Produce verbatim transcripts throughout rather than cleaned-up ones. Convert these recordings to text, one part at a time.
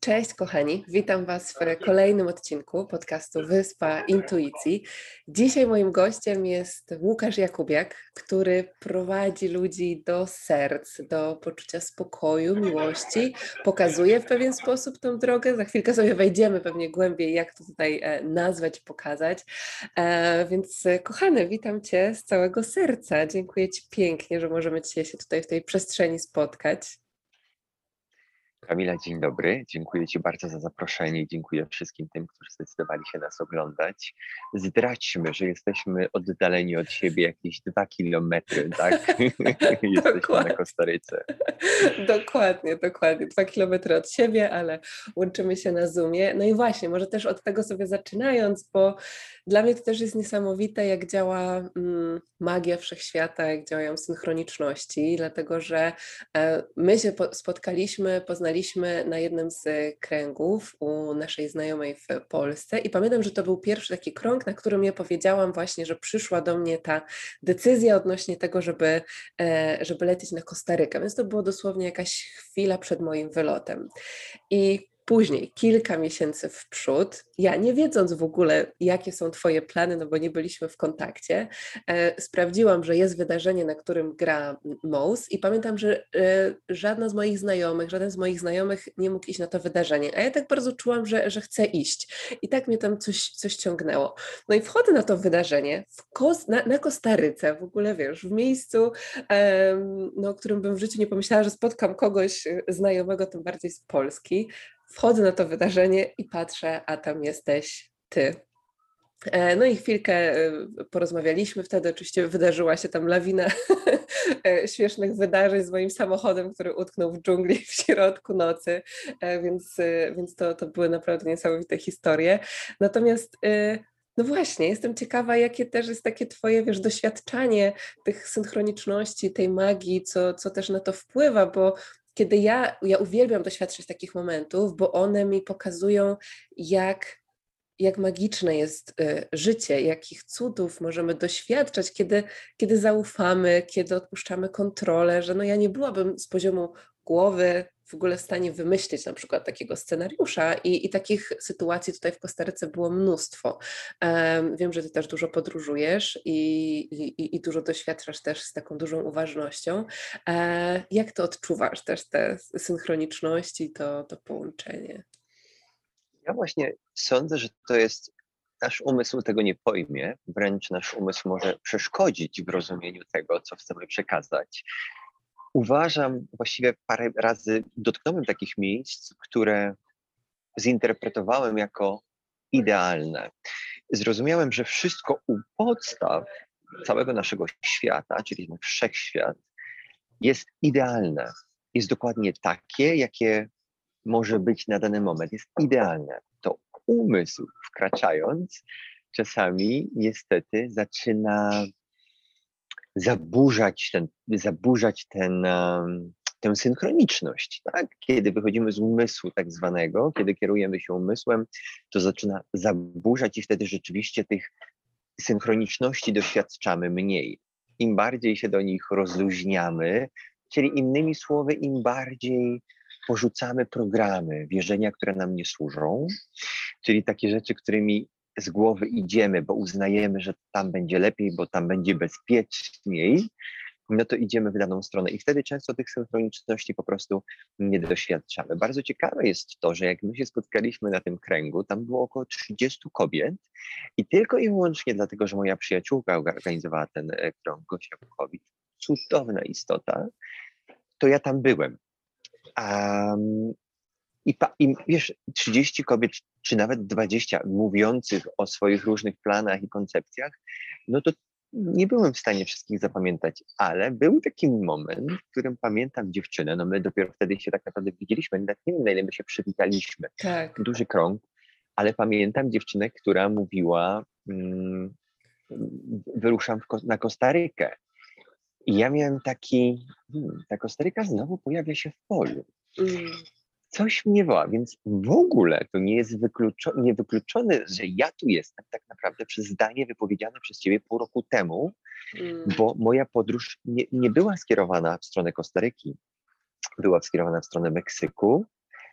Cześć kochani, witam Was w kolejnym odcinku podcastu Wyspa Intuicji. Dzisiaj moim gościem jest Łukasz Jakubiak, który prowadzi ludzi do serc, do poczucia spokoju, miłości, pokazuje w pewien sposób tą drogę. Za chwilkę sobie wejdziemy pewnie głębiej, jak to tutaj nazwać, pokazać. Więc kochany, witam Cię z całego serca. Dziękuję Ci pięknie, że możemy dzisiaj się tutaj w tej przestrzeni spotkać. Kamila, dzień dobry. Dziękuję Ci bardzo za zaproszenie. Dziękuję wszystkim tym, którzy zdecydowali się nas oglądać. Zdradźmy, że jesteśmy oddaleni od siebie jakieś dwa kilometry, tak? Jesteśmy na Kostaryce. Dokładnie, dokładnie. Dwa kilometry od siebie, ale łączymy się na Zoomie. No i właśnie, może też od tego sobie zaczynając, bo dla mnie to też jest niesamowite, jak działa mm, magia wszechświata, jak działają synchroniczności, dlatego że e, my się po- spotkaliśmy, poznaliśmy na jednym z kręgów u naszej znajomej w Polsce i pamiętam, że to był pierwszy taki krąg, na którym ja powiedziałam właśnie, że przyszła do mnie ta decyzja odnośnie tego, żeby, e, żeby lecieć na Kostarykę, więc to było dosłownie jakaś chwila przed moim wylotem. I później, kilka miesięcy w przód, ja nie wiedząc w ogóle, jakie są Twoje plany, no bo nie byliśmy w kontakcie, e, sprawdziłam, że jest wydarzenie, na którym gra Mous i pamiętam, że e, żadna z moich znajomych, żaden z moich znajomych nie mógł iść na to wydarzenie, a ja tak bardzo czułam, że, że chcę iść i tak mnie tam coś, coś ciągnęło. No i wchodzę na to wydarzenie w Kos- na, na Kostaryce, w ogóle wiesz, w miejscu, e, no, o którym bym w życiu nie pomyślała, że spotkam kogoś znajomego, tym bardziej z Polski. Wchodzę na to wydarzenie i patrzę, a tam jesteś ty. No i chwilkę porozmawialiśmy, wtedy oczywiście wydarzyła się tam lawina śmiesznych wydarzeń z moim samochodem, który utknął w dżungli w środku nocy, więc, więc to, to były naprawdę niesamowite historie. Natomiast no właśnie, jestem ciekawa, jakie też jest takie Twoje, wiesz, doświadczanie tych synchroniczności, tej magii, co, co też na to wpływa, bo kiedy ja, ja uwielbiam doświadczać takich momentów, bo one mi pokazują, jak, jak magiczne jest y, życie, jakich cudów możemy doświadczać, kiedy, kiedy zaufamy, kiedy odpuszczamy kontrolę, że no ja nie byłabym z poziomu głowy w ogóle w stanie wymyślić na przykład takiego scenariusza i, i takich sytuacji tutaj w Kostaryce było mnóstwo. Um, wiem, że Ty też dużo podróżujesz i, i, i dużo doświadczasz też z taką dużą uważnością. E, jak to odczuwasz też te synchroniczności, to, to połączenie? Ja właśnie sądzę, że to jest, nasz umysł tego nie pojmie, wręcz nasz umysł może przeszkodzić w rozumieniu tego, co chcemy przekazać. Uważam, właściwie parę razy dotknąłem takich miejsc, które zinterpretowałem jako idealne. Zrozumiałem, że wszystko u podstaw całego naszego świata, czyli ten wszechświat, jest idealne. Jest dokładnie takie, jakie może być na dany moment. Jest idealne. To umysł, wkraczając, czasami niestety zaczyna zaburzać, ten, zaburzać ten, um, tę synchroniczność. Tak? Kiedy wychodzimy z umysłu tak zwanego, kiedy kierujemy się umysłem, to zaczyna zaburzać i wtedy rzeczywiście tych synchroniczności doświadczamy mniej. Im bardziej się do nich rozluźniamy, czyli innymi słowy, im bardziej porzucamy programy, wierzenia, które nam nie służą, czyli takie rzeczy, którymi z głowy idziemy, bo uznajemy, że tam będzie lepiej, bo tam będzie bezpieczniej, no to idziemy w daną stronę i wtedy często tych synchroniczności po prostu nie doświadczamy. Bardzo ciekawe jest to, że jak my się spotkaliśmy na tym kręgu, tam było około trzydziestu kobiet i tylko i wyłącznie dlatego, że moja przyjaciółka organizowała ten krąg, Gosia Buchowicz, cudowna istota, to ja tam byłem. Um, i, pa, I wiesz, trzydzieści kobiet, czy nawet dwadzieścia mówiących o swoich różnych planach i koncepcjach, no to nie byłem w stanie wszystkich zapamiętać, ale był taki moment, w którym pamiętam dziewczynę, no my dopiero wtedy się tak naprawdę widzieliśmy, nawet nie wiem, na ile my się przywitaliśmy. Tak. Duży krąg, ale pamiętam dziewczynę, która mówiła, mm, wyruszam w, na Kostarykę. I ja miałem taki, hmm, ta Kostaryka znowu pojawia się w polu. Mm. Coś mnie woła, więc w ogóle to nie jest wykluczo- niewykluczone, że ja tu jestem tak naprawdę przez zdanie wypowiedziane przez ciebie pół roku temu, Mm. bo moja podróż nie, nie była skierowana w stronę Kostaryki, była skierowana w stronę Meksyku,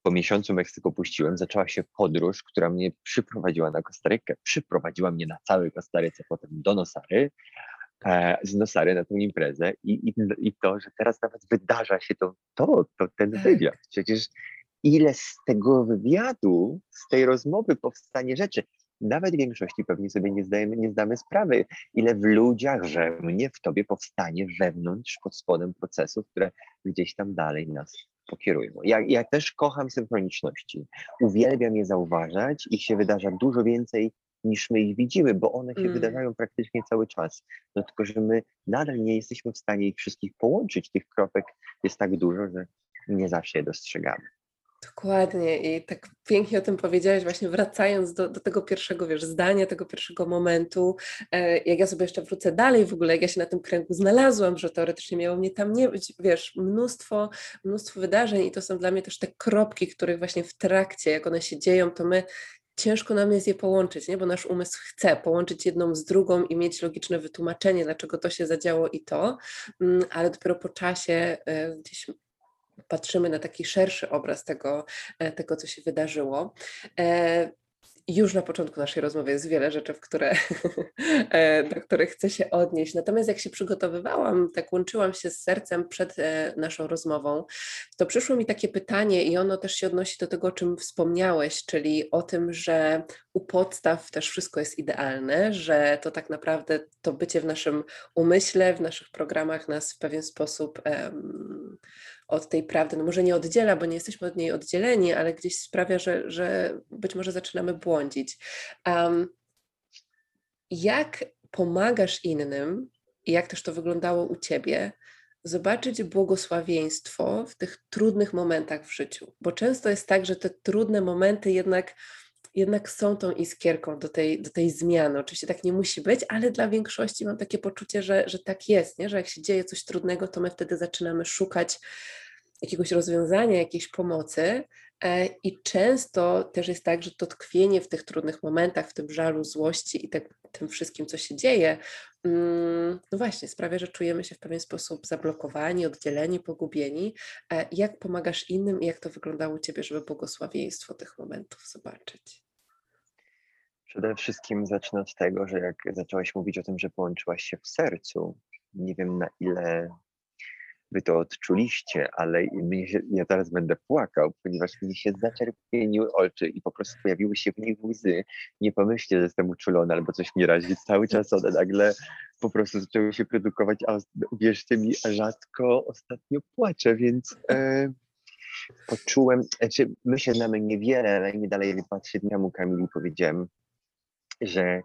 po miesiącu Meksyk opuściłem, zaczęła się podróż, która mnie przyprowadziła na Kostarykę, przyprowadziła mnie na całej Kostaryce, potem do Nosary, e, z Nosary na tę imprezę i, i, i to, że teraz nawet wydarza się to, to, to ten wywiad. Tak. Przecież ile z tego wywiadu, z tej rozmowy powstanie rzeczy. Nawet w większości pewnie sobie nie zdajemy, nie zdamy sprawy, ile w ludziach, że mnie, w tobie powstanie wewnątrz, pod spodem procesów, które gdzieś tam dalej nas pokierują. Ja, ja też kocham synchroniczności. Uwielbiam je zauważać. Ich się wydarza dużo więcej niż my ich widzimy, bo one się Mm. wydarzają praktycznie cały czas. No tylko, że my nadal nie jesteśmy w stanie ich wszystkich połączyć. Tych kropek jest tak dużo, że nie zawsze je dostrzegamy. Dokładnie i tak pięknie o tym powiedziałeś, właśnie wracając do, do tego pierwszego, wiesz, zdania, tego pierwszego momentu, e, jak ja sobie jeszcze wrócę dalej w ogóle, jak ja się na tym kręgu znalazłam, że teoretycznie miało mnie tam nie być, wiesz, mnóstwo, mnóstwo wydarzeń i to są dla mnie też te kropki, których właśnie w trakcie, jak one się dzieją, to my ciężko nam jest je połączyć, nie? Bo nasz umysł chce połączyć jedną z drugą i mieć logiczne wytłumaczenie, dlaczego to się zadziało i to, mm, ale dopiero po czasie e, gdzieś patrzymy na taki szerszy obraz tego, e, tego co się wydarzyło. E, Już na początku naszej rozmowy jest wiele rzeczy, w które, e, do których chcę się odnieść. Natomiast jak się przygotowywałam, tak łączyłam się z sercem przed e, naszą rozmową, to przyszło mi takie pytanie i ono też się odnosi do tego, o czym wspomniałeś, czyli o tym, że u podstaw też wszystko jest idealne, że to tak naprawdę to bycie w naszym umyśle, w naszych programach nas w pewien sposób em, od tej prawdy, no może nie oddziela, bo nie jesteśmy od niej oddzieleni, ale gdzieś sprawia, że, że być może zaczynamy błądzić. Um, jak pomagasz innym i jak też to wyglądało u Ciebie, zobaczyć błogosławieństwo w tych trudnych momentach w życiu? Bo często jest tak, że te trudne momenty jednak, jednak są tą iskierką do tej, do tej zmiany. Oczywiście tak nie musi być, ale dla większości mam takie poczucie, że, że tak jest, nie? Że jak się dzieje coś trudnego, to my wtedy zaczynamy szukać jakiegoś rozwiązania, jakiejś pomocy. E, I często też jest tak, że to tkwienie w tych trudnych momentach, w tym żalu, złości i tak, tym wszystkim, co się dzieje, mm, no właśnie, sprawia, że czujemy się w pewien sposób zablokowani, oddzieleni, pogubieni. E, Jak pomagasz innym i jak to wyglądało u Ciebie, żeby błogosławieństwo tych momentów zobaczyć? Przede wszystkim zacznę od tego, że jak zaczęłaś mówić o tym, że połączyłaś się w sercu, nie wiem na ile wy to odczuliście, ale mnie się, ja teraz będę płakał, ponieważ mi się zaczerwieniły oczy i po prostu pojawiły się w nich łzy. Nie pomyślcie, że jestem uczulony albo coś mi razi. Cały czas one nagle po prostu zaczęły się produkować, a wierzcie mi, rzadko ostatnio płaczę, więc e, poczułem, znaczy my się znamy niewiele, ale nie dalej patrzę dniamu Kamili powiedziałem, że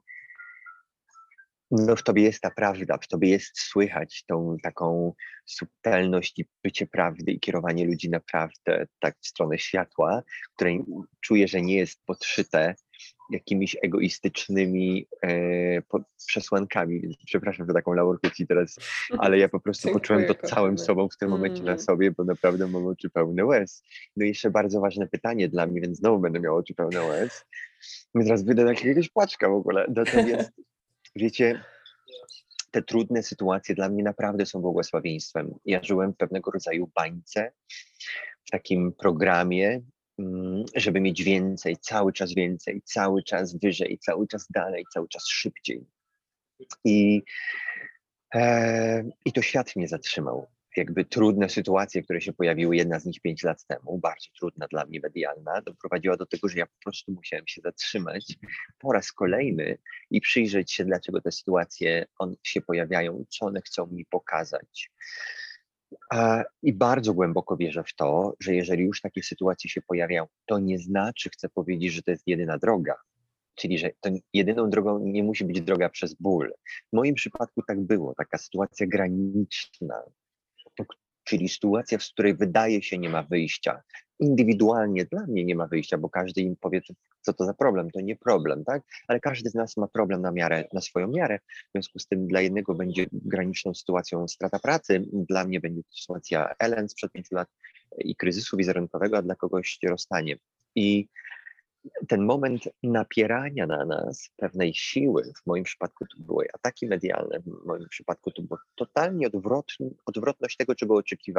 no w tobie jest ta prawda, w tobie jest słychać tą taką subtelność i bycie prawdy i kierowanie ludzi naprawdę tak w stronę światła, której czuję, że nie jest podszyte jakimiś egoistycznymi e, po, przesłankami. Więc przepraszam za taką laurkucję teraz, ale ja po prostu poczułem to Dziękuję, całym kochana. sobą w tym momencie na Mm. sobie, bo naprawdę mam oczy pełne łez. No i jeszcze bardzo ważne pytanie dla mnie, więc znowu będę miał oczy pełne łez. I teraz wyjdę na jakiegoś płaczka w ogóle. Natomiast wiecie, te trudne sytuacje dla mnie naprawdę są błogosławieństwem. Ja żyłem w pewnego rodzaju bańce, w takim programie, mm, żeby mieć więcej, cały czas więcej, cały czas wyżej, cały czas dalej, cały czas szybciej. I, e, i to świat mnie zatrzymał. Jakby trudne sytuacje, które się pojawiły, jedna z nich pięć lat temu, bardzo trudna dla mnie, medialna, doprowadziła do tego, że ja po prostu musiałem się zatrzymać po raz kolejny i przyjrzeć się, dlaczego te sytuacje on, się pojawiają, co one chcą mi pokazać. A, I bardzo głęboko wierzę w to, że jeżeli już takie sytuacje się pojawiają, to nie znaczy, chcę powiedzieć, że to jest jedyna droga. Czyli, że to jedyną drogą nie musi być droga przez ból. W moim przypadku tak było, taka sytuacja graniczna, czyli sytuacja, z której wydaje się nie ma wyjścia. Indywidualnie dla mnie nie ma wyjścia, bo każdy im powie, co to za problem, to nie problem, tak? Ale każdy z nas ma problem na miarę, na swoją miarę. W związku z tym dla jednego będzie graniczną sytuacją strata pracy, dla mnie będzie to sytuacja Ellen sprzed pięciu lat i kryzysu wizerunkowego, a dla kogoś rozstanie. I ten moment napierania na nas pewnej siły, w moim przypadku to były ataki medialne, w moim przypadku to była totalnie odwrotn- odwrotność tego, czego oczekiwałem.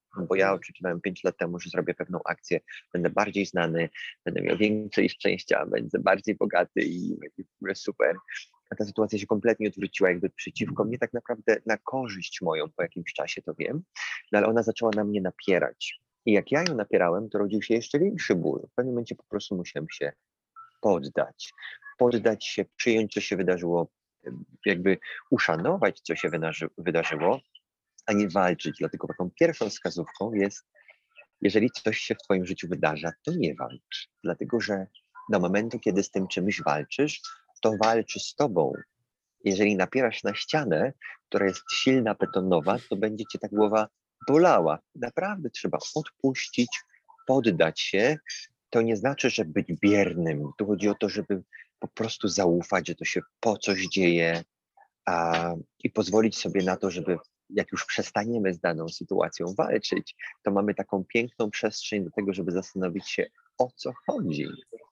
bo ja oczekiwałem pięć lat temu, że zrobię pewną akcję, będę bardziej znany, będę miał więcej szczęścia, będę bardziej bogaty i będzie w ogóle super. A ta sytuacja się kompletnie odwróciła jakby przeciwko mnie, tak naprawdę na korzyść moją po jakimś czasie, to wiem, no ale ona zaczęła na mnie napierać. I jak ja ją napierałem, to rodził się jeszcze większy ból. W pewnym momencie po prostu musiałem się poddać. Poddać się, przyjąć, co się wydarzyło, jakby uszanować, co się wydarzy, wydarzyło, a nie walczyć. Dlatego taką pierwszą wskazówką jest, jeżeli coś się w twoim życiu wydarza, to nie walcz. Dlatego, że do momentu, kiedy z tym czymś walczysz, to walczy z tobą. Jeżeli napierasz na ścianę, która jest silna, betonowa, to będzie cię ta głowa bolała. Naprawdę trzeba odpuścić, poddać się. To nie znaczy, że być biernym. Tu chodzi o to, żeby po prostu zaufać, że to się po coś dzieje a, i pozwolić sobie na to, żeby jak już przestaniemy z daną sytuacją walczyć, to mamy taką piękną przestrzeń do tego, żeby zastanowić się, o co chodzi.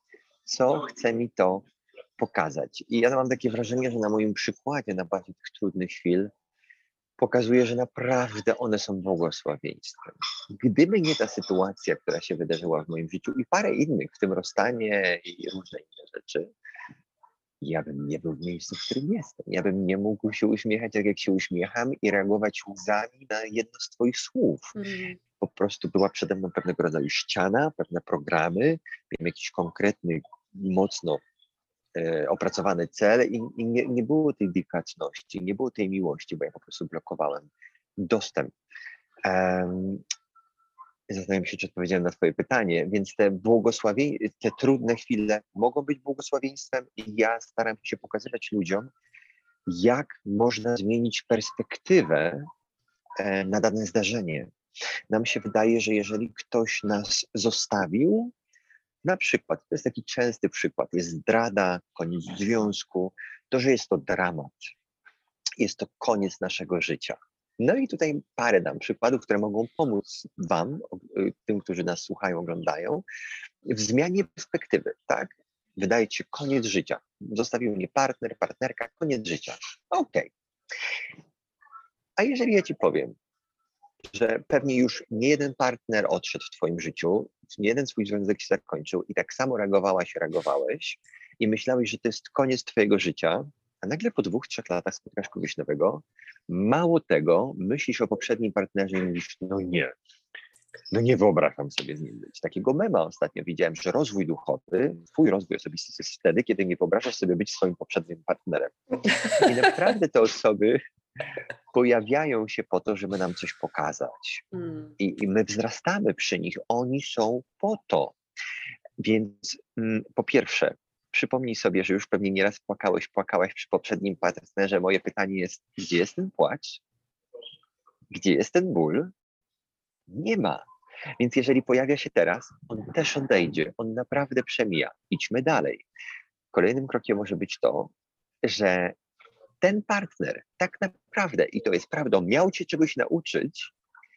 Co chce mi to pokazać. I ja mam takie wrażenie, że na moim przykładzie, na bazie tych trudnych chwil, pokazuje, że naprawdę one są błogosławieństwem. Gdyby nie ta sytuacja, która się wydarzyła w moim życiu i parę innych, w tym rozstanie i różne inne rzeczy, ja bym nie był w miejscu, w którym jestem. Ja bym nie mógł się uśmiechać, tak jak się uśmiecham i reagować łzami na jedno z twoich słów. Mm. Po prostu była przede mną pewnego rodzaju ściana, pewne programy, miałem jakiś konkretny, mocno e, opracowany cel i, i nie, nie było tej delikatności, nie było tej miłości, bo ja po prostu blokowałem dostęp. Um, Zastanawiam się, czy odpowiedziałem na twoje pytanie, więc te błogosławie, te trudne chwile mogą być błogosławieństwem i ja staram się pokazywać ludziom, jak można zmienić perspektywę e, na dane zdarzenie. Nam się wydaje, że jeżeli ktoś nas zostawił, na przykład, to jest taki częsty przykład, jest zdrada, koniec związku, to, że jest to dramat, jest to koniec naszego życia. No i tutaj parę dam przykładów, które mogą pomóc wam, tym, którzy nas słuchają, oglądają, w zmianie perspektywy, tak? Wydaje ci się koniec życia. Zostawił mnie partner, partnerka, koniec życia. Okej. Okay. A jeżeli ja ci powiem, że pewnie już nie jeden partner odszedł w twoim życiu, nie jeden swój związek się zakończył i tak samo reagowałaś, reagowałeś i myślałeś, że to jest koniec twojego życia, a nagle po dwóch, trzech latach spotkasz kogoś nowego, mało tego, myślisz o poprzednim partnerze i mówisz, no nie, no nie wyobrażam sobie z nim być. Takiego mema ostatnio widziałem, że rozwój duchowy, twój rozwój osobisty jest wtedy, kiedy nie wyobrażasz sobie być swoim poprzednim partnerem. I naprawdę te osoby pojawiają się po to, żeby nam coś pokazać. Mm. I, I my wzrastamy przy nich. Oni są po to. Więc mm, po pierwsze, przypomnij sobie, że już pewnie nieraz płakałeś, płakałaś przy poprzednim partnerze. Moje pytanie jest, gdzie jest ten płacz? Gdzie jest ten ból? Nie ma. Więc jeżeli pojawia się teraz, on też odejdzie. On naprawdę przemija. Idźmy dalej. Kolejnym krokiem może być to, że ten partner tak naprawdę, i to jest prawdą, miał cię czegoś nauczyć,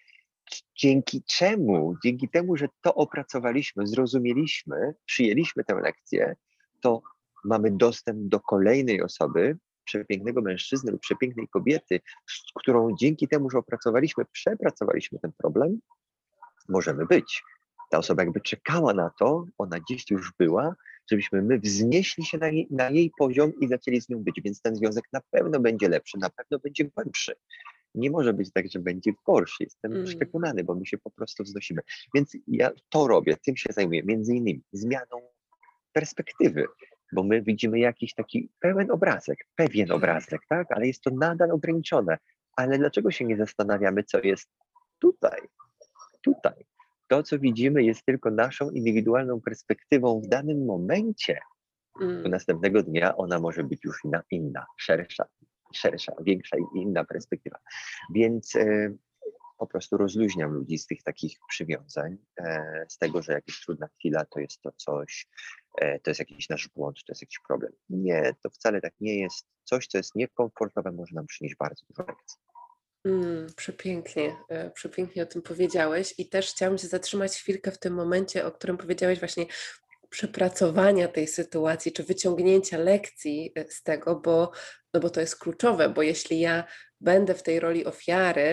dzięki czemu, dzięki temu, że to opracowaliśmy, zrozumieliśmy, przyjęliśmy tę lekcję, to mamy dostęp do kolejnej osoby, przepięknego mężczyzny lub przepięknej kobiety, z którą dzięki temu, że opracowaliśmy, przepracowaliśmy ten problem, możemy być. Ta osoba jakby czekała na to, ona gdzieś już była, żebyśmy my wznieśli się na jej, na jej poziom i zaczęli z nią być. Więc ten związek na pewno będzie lepszy, na pewno będzie głębszy. Nie może być tak, że będzie gorszy. Jestem Mm. przekonany, bo my się po prostu wznosimy. Więc ja to robię, tym się zajmuję, między innymi zmianą perspektywy, bo my widzimy jakiś taki pełen obrazek, pewien obrazek, tak? Ale jest to nadal ograniczone. Ale dlaczego się nie zastanawiamy, co jest tutaj? Tutaj. To, co widzimy, jest tylko naszą indywidualną perspektywą w danym momencie. Mm. Do następnego dnia ona może być już inna, inna szersza, szersza, większa i inna perspektywa. Więc e, po prostu rozluźniam ludzi z tych takich przywiązań, e, z tego, że jakaś trudna chwila to jest to coś, e, to jest jakiś nasz błąd, to jest jakiś problem. Nie, to wcale tak nie jest. Coś, co jest niekomfortowe, może nam przynieść bardzo dużo lekcji. Mm, przepięknie, e, przepięknie o tym powiedziałeś i też chciałam się zatrzymać chwilkę w tym momencie, o którym powiedziałeś właśnie przepracowania tej sytuacji, czy wyciągnięcia lekcji e, z tego, bo, no bo to jest kluczowe, bo jeśli ja będę w tej roli ofiary i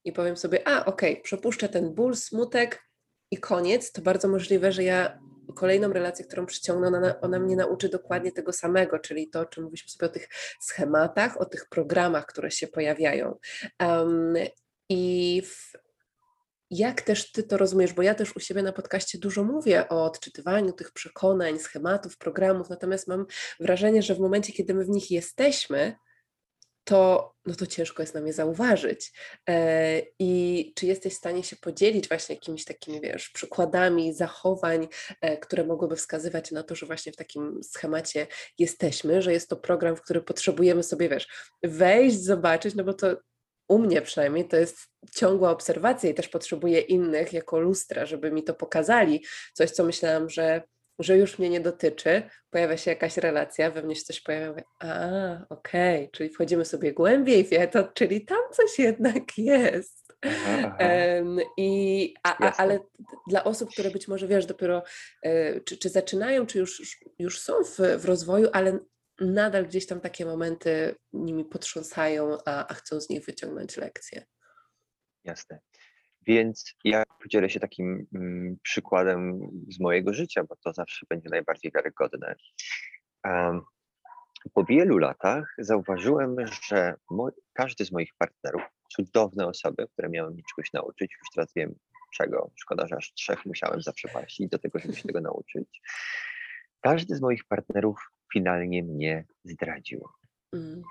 i powiem sobie, a okej, okay, przepuszczę ten ból, smutek i koniec, to bardzo możliwe, że ja kolejną relację, którą przyciągnę, ona, ona mnie nauczy dokładnie tego samego, czyli to, o czym mówiliśmy sobie o tych schematach, o tych programach, które się pojawiają. Um, I w, jak też ty to rozumiesz, bo ja też u siebie na podcaście dużo mówię o odczytywaniu tych przekonań, schematów, programów, natomiast mam wrażenie, że w momencie, kiedy my w nich jesteśmy, to, no to ciężko jest nam je zauważyć. E, I czy jesteś w stanie się podzielić właśnie jakimiś takimi, wiesz, przykładami zachowań, e, które mogłyby wskazywać na to, że właśnie w takim schemacie jesteśmy, że jest to program, w który potrzebujemy sobie, wiesz, wejść, zobaczyć, no bo to u mnie przynajmniej to jest ciągła obserwacja i też potrzebuję innych jako lustra, żeby mi to pokazali. Coś, co myślałam, że że już mnie nie dotyczy, pojawia się jakaś relacja, we mnie się coś pojawia, mówię, a, okej, okay, czyli wchodzimy sobie głębiej w to, czyli tam coś jednak jest. Aha, aha. Um, i, a, a, Jasne. ale dla osób, które być może, wiesz, dopiero e, czy, czy zaczynają, czy już, już są w, w rozwoju, ale nadal gdzieś tam takie momenty nimi potrząsają, a, a chcą z nich wyciągnąć lekcje. Jasne. Więc ja podzielę się takim mm, przykładem z mojego życia, bo to zawsze będzie najbardziej wiarygodne. Um, po wielu latach zauważyłem, że moj, każdy z moich partnerów, cudowne osoby, które miały mnie czegoś nauczyć, już teraz wiem czego, szkoda, że aż trzech musiałem zaprzepaścić do tego, żeby się tego nauczyć. Każdy z moich partnerów finalnie mnie zdradził. Mm.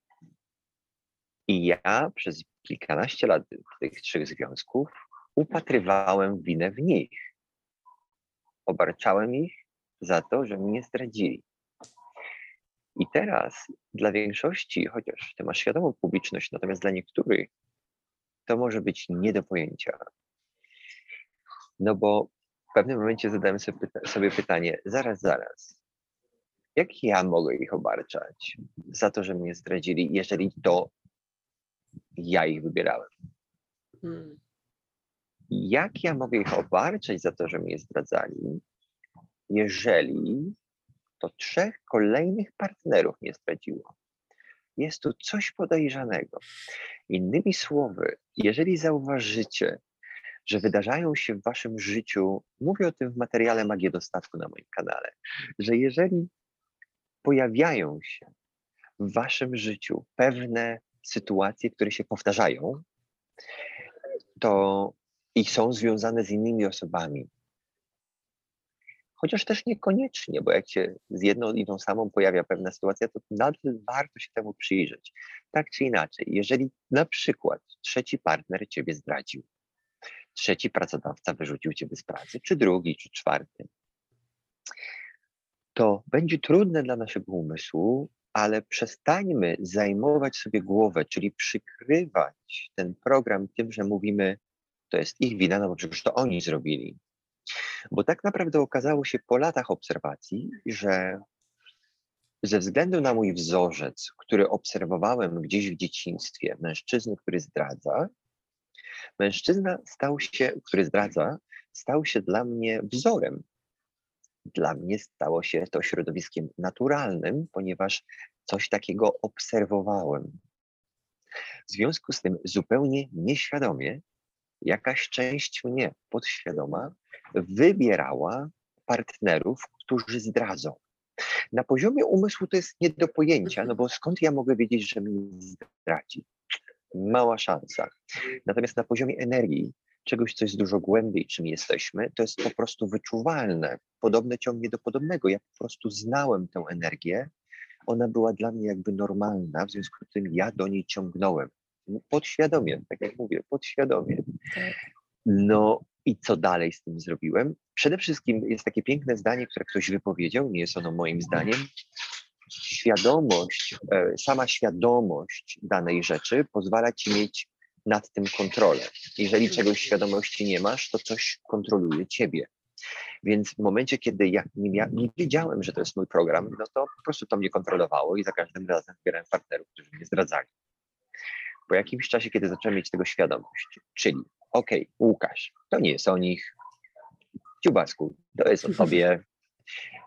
I ja przez kilkanaście lat tych trzech związków upatrywałem winę w nich. Obarczałem ich za to, że mnie zdradzili. I teraz dla większości, chociaż ty masz świadomą publiczność, natomiast dla niektórych to może być nie do pojęcia. No bo w pewnym momencie zadałem sobie, pyta- sobie pytanie, zaraz, zaraz, jak ja mogę ich obarczać za to, że mnie zdradzili, jeżeli to ja ich wybierałem? Hmm. Jak ja mogę ich obarczać za to, że mnie zdradzali, jeżeli to trzech kolejnych partnerów mnie zdradziło? Jest tu coś podejrzanego. Innymi słowy, jeżeli zauważycie, że wydarzają się w waszym życiu, mówię o tym w materiale Magię Dostatku na moim kanale, że jeżeli pojawiają się w waszym życiu pewne sytuacje, które się powtarzają, to i są związane z innymi osobami. Chociaż też niekoniecznie, bo jak się z jedną i tą samą pojawia pewna sytuacja, to nadal warto się temu przyjrzeć. Tak czy inaczej, jeżeli na przykład trzeci partner ciebie zdradził, trzeci pracodawca wyrzucił ciebie z pracy, czy drugi, czy czwarty, to będzie trudne dla naszego umysłu, ale przestańmy zajmować sobie głowę, czyli przykrywać ten program tym, że mówimy, to jest ich wina, no bo przecież to oni zrobili. Bo tak naprawdę okazało się po latach obserwacji, że ze względu na mój wzorzec, który obserwowałem gdzieś w dzieciństwie, mężczyzny, który zdradza, mężczyzna stał się, który zdradza, stał się dla mnie wzorem. Dla mnie stało się to środowiskiem naturalnym, ponieważ coś takiego obserwowałem. W związku z tym zupełnie nieświadomie jakaś część mnie podświadoma wybierała partnerów, którzy zdradzą. Na poziomie umysłu to jest nie do pojęcia, no bo skąd ja mogę wiedzieć, że mnie zdradzi? Mała szansa. Natomiast na poziomie energii, czegoś, co jest dużo głębiej, czym jesteśmy, to jest po prostu wyczuwalne. Podobne ciągnie do podobnego. Ja po prostu znałem tę energię. Ona była dla mnie jakby normalna, w związku z tym ja do niej ciągnąłem. Podświadomie, tak jak mówię, podświadomie. No i co dalej z tym zrobiłem? Przede wszystkim jest takie piękne zdanie, które ktoś wypowiedział, nie jest ono moim zdaniem. Świadomość, sama świadomość danej rzeczy pozwala ci mieć nad tym kontrolę. Jeżeli czegoś świadomości nie masz, to coś kontroluje ciebie. Więc w momencie, kiedy ja nie, mia- nie wiedziałem, że to jest mój program, no to po prostu to mnie kontrolowało i za każdym razem wybierałem partnerów, którzy mnie zdradzali. Po jakimś czasie, kiedy zacząłem mieć tego świadomość, czyli okej, okay, Łukasz, to nie jest o nich, Dziubasku, to jest o tobie,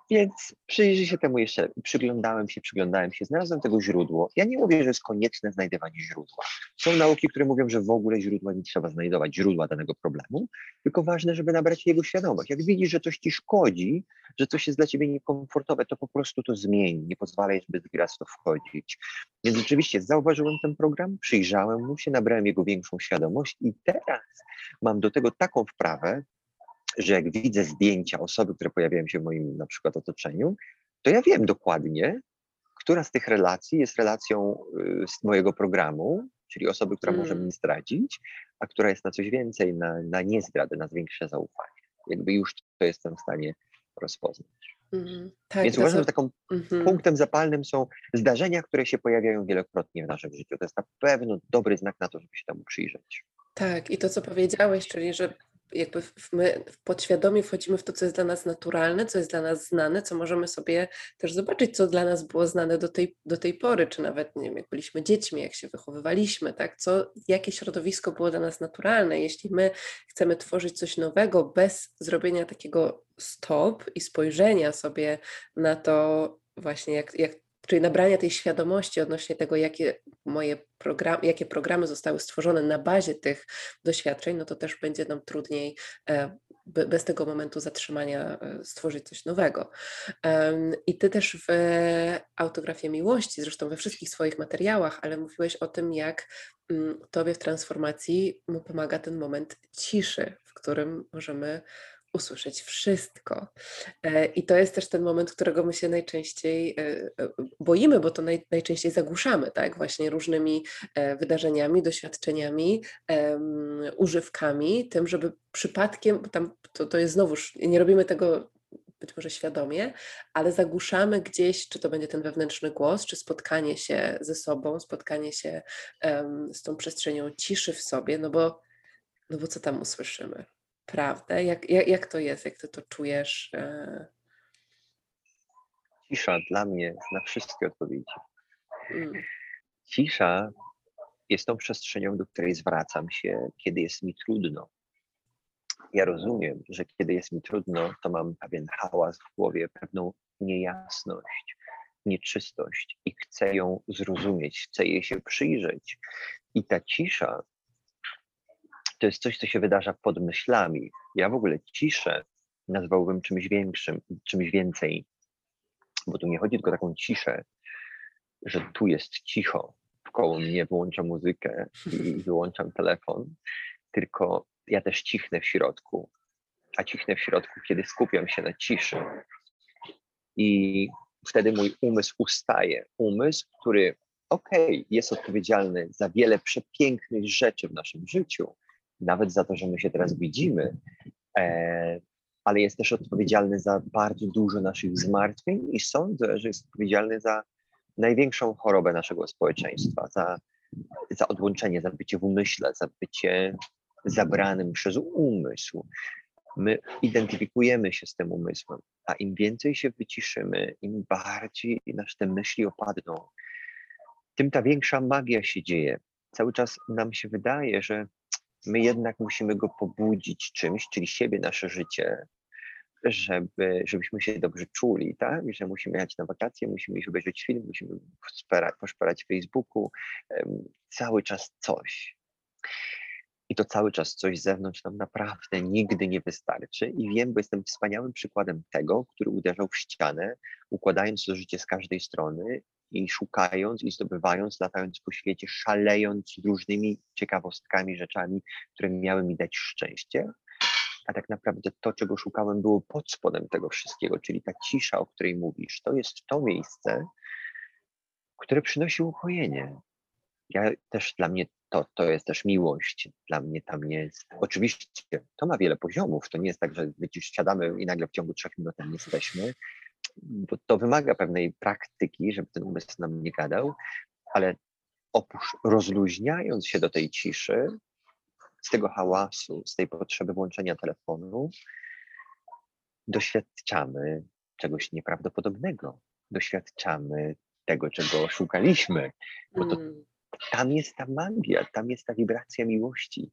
Więc przyjrzyj się temu jeszcze, przyglądałem się, przyglądałem się, znalazłem tego źródło. Ja nie mówię, że jest konieczne znajdywanie źródła. Są nauki, które mówią, że w ogóle źródła nie trzeba znajdować, źródła danego problemu, tylko ważne, żeby nabrać jego świadomość. Jak widzisz, że coś ci szkodzi, że coś jest dla ciebie niekomfortowe, to po prostu to zmień, nie pozwalaj zbyt raz w to wchodzić. Więc rzeczywiście zauważyłem ten program, przyjrzałem mu się, nabrałem jego większą świadomość i teraz mam do tego taką wprawę, że jak widzę zdjęcia osoby, które pojawiają się w moim na przykład otoczeniu, to ja wiem dokładnie, która z tych relacji jest relacją y, z mojego programu, czyli osoby, która może Mm. mnie zdradzić, a która jest na coś więcej, na, na niezdradę, na większe zaufanie. Jakby już to jestem w stanie rozpoznać. Mm. Tak, Więc to uważam, co... że taką Mhm. punktem zapalnym są zdarzenia, które się pojawiają wielokrotnie w naszym życiu. To jest na pewno dobry znak na to, żeby się temu przyjrzeć. Tak, i to, co powiedziałeś, czyli że jakby w- my podświadomie wchodzimy w to, co jest dla nas naturalne, co jest dla nas znane, co możemy sobie też zobaczyć, co dla nas było znane do tej, do tej pory, czy nawet, nie wiem, jak byliśmy dziećmi, jak się wychowywaliśmy, tak, co, jakie środowisko było dla nas naturalne. Jeśli my chcemy tworzyć coś nowego bez zrobienia takiego stop i spojrzenia sobie na to właśnie, jak, jak czyli nabrania tej świadomości odnośnie tego, jakie moje programy, jakie programy zostały stworzone na bazie tych doświadczeń, no to też będzie nam trudniej e, be, bez tego momentu zatrzymania e, stworzyć coś nowego. Em, I ty też w autografii miłości, zresztą we wszystkich swoich materiałach, ale mówiłeś o tym, jak mm, tobie w transformacji mu pomaga ten moment ciszy, w którym możemy usłyszeć wszystko. E, I to jest też ten moment, którego my się najczęściej e, e, boimy, bo to naj, najczęściej zagłuszamy, tak? Właśnie różnymi e, wydarzeniami, doświadczeniami, em, używkami, tym, żeby przypadkiem, bo tam to, to jest znowuż, nie robimy tego być może świadomie, ale zagłuszamy gdzieś, czy to będzie ten wewnętrzny głos, czy spotkanie się ze sobą, spotkanie się em, z tą przestrzenią ciszy w sobie, no bo, no bo co tam usłyszymy? Prawdę? Jak, jak, jak to jest? Jak ty to czujesz? E, Cisza dla mnie zna wszystkie odpowiedzi. mm, Cisza jest tą przestrzenią, do której zwracam się, kiedy jest mi trudno. Ja rozumiem, że kiedy jest mi trudno, to mam pewien hałas w głowie, pewną niejasność, nieczystość i chcę ją zrozumieć, chcę jej się przyjrzeć. I ta cisza to jest coś, co się wydarza pod myślami. Ja w ogóle ciszę nazwałbym czymś większym, czymś więcej, bo tu nie chodzi tylko o taką ciszę, że tu jest cicho, wkoło mnie wyłączam muzykę i wyłączam telefon, tylko ja też cichnę w środku, a cichnę w środku, kiedy skupiam się na ciszy. I wtedy mój umysł ustaje. Umysł, który okej, okay, jest odpowiedzialny za wiele przepięknych rzeczy w naszym życiu, nawet za to, że my się teraz widzimy, e, ale jest też odpowiedzialny za bardzo dużo naszych zmartwień i sądzę, że jest odpowiedzialny za największą chorobę naszego społeczeństwa, za, za odłączenie, za bycie w umyśle, za bycie zabranym przez umysł. My identyfikujemy się z tym umysłem, a im więcej się wyciszymy, im bardziej nasze te myśli opadną, tym ta większa magia się dzieje. Cały czas nam się wydaje, że my jednak musimy go pobudzić czymś, czyli siebie, nasze życie, żeby, żebyśmy się dobrze czuli, tak? Że musimy jechać na wakacje, musimy iść obejrzeć film, musimy poszperać, poszperać w Facebooku, um, cały czas coś. I to cały czas coś z zewnątrz nam naprawdę nigdy nie wystarczy. I wiem, bo jestem wspaniałym przykładem tego, który uderzał w ścianę, układając to życie z każdej strony i szukając i zdobywając, latając po świecie, szalejąc z różnymi ciekawostkami, rzeczami, które miały mi dać szczęście. A tak naprawdę to, czego szukałem, było pod spodem tego wszystkiego, czyli ta cisza, o której mówisz. To jest to miejsce, które przynosi ukojenie. Ja też dla mnie to, to jest też miłość. Dla mnie tam jest. Oczywiście to ma wiele poziomów. To nie jest tak, że siadamy i nagle w ciągu trzech minut tam jesteśmy, bo to wymaga pewnej praktyki, żeby ten umysł nam nie gadał, ale opusz, rozluźniając się do tej ciszy, z tego hałasu, z tej potrzeby włączenia telefonu, doświadczamy czegoś nieprawdopodobnego. Doświadczamy tego, czego szukaliśmy, bo to mm. tam jest ta magia, tam jest ta wibracja miłości.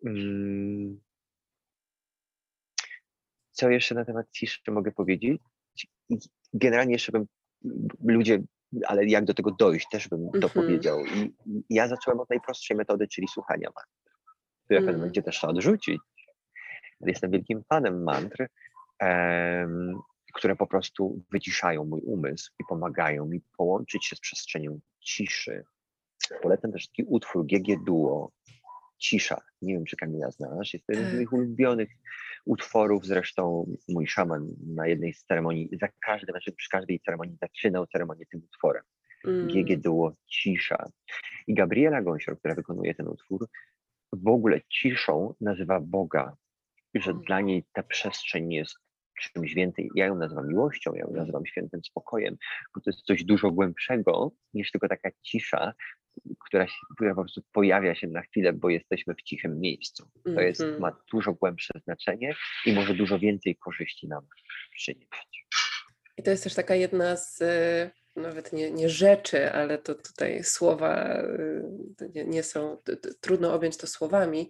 Co jeszcze na temat ciszy mogę powiedzieć? I generalnie jeszcze bym, ludzie, ale jak do tego dojść, też bym to Mhm. powiedział. I i ja zacząłem od najprostszej metody, czyli słuchania mantr, które w pewnym Mm. momencie też trzeba odrzucić. Jestem wielkim fanem mantr, em, które po prostu wyciszają mój umysł i pomagają mi połączyć się z przestrzenią ciszy. Polecam też taki utwór G G Duo, Cisza. Nie wiem, czy Kamila znasz. Jest to jeden z Tak. moich ulubionych utworów. Zresztą mój szaman na jednej z ceremonii, za każdym, znaczy przy każdej ceremonii zaczynał ceremonię tym utworem. G G Mm. Duo, Cisza. I Gabriela Gąsior, która wykonuje ten utwór, w ogóle ciszą nazywa Boga. I że dla niej ta przestrzeń jest czymś więcej. Ja ją nazywam miłością, ja ją nazywam świętym spokojem, bo to jest coś dużo głębszego niż tylko taka cisza, która, się, która po prostu pojawia się na chwilę, bo jesteśmy w cichym miejscu. To jest, Mhm. ma dużo głębsze znaczenie i może dużo więcej korzyści nam przynieść. I to jest też taka jedna z, y, nawet nie, nie rzeczy, ale to tutaj słowa y, to nie, nie są, t- t- trudno objąć to słowami,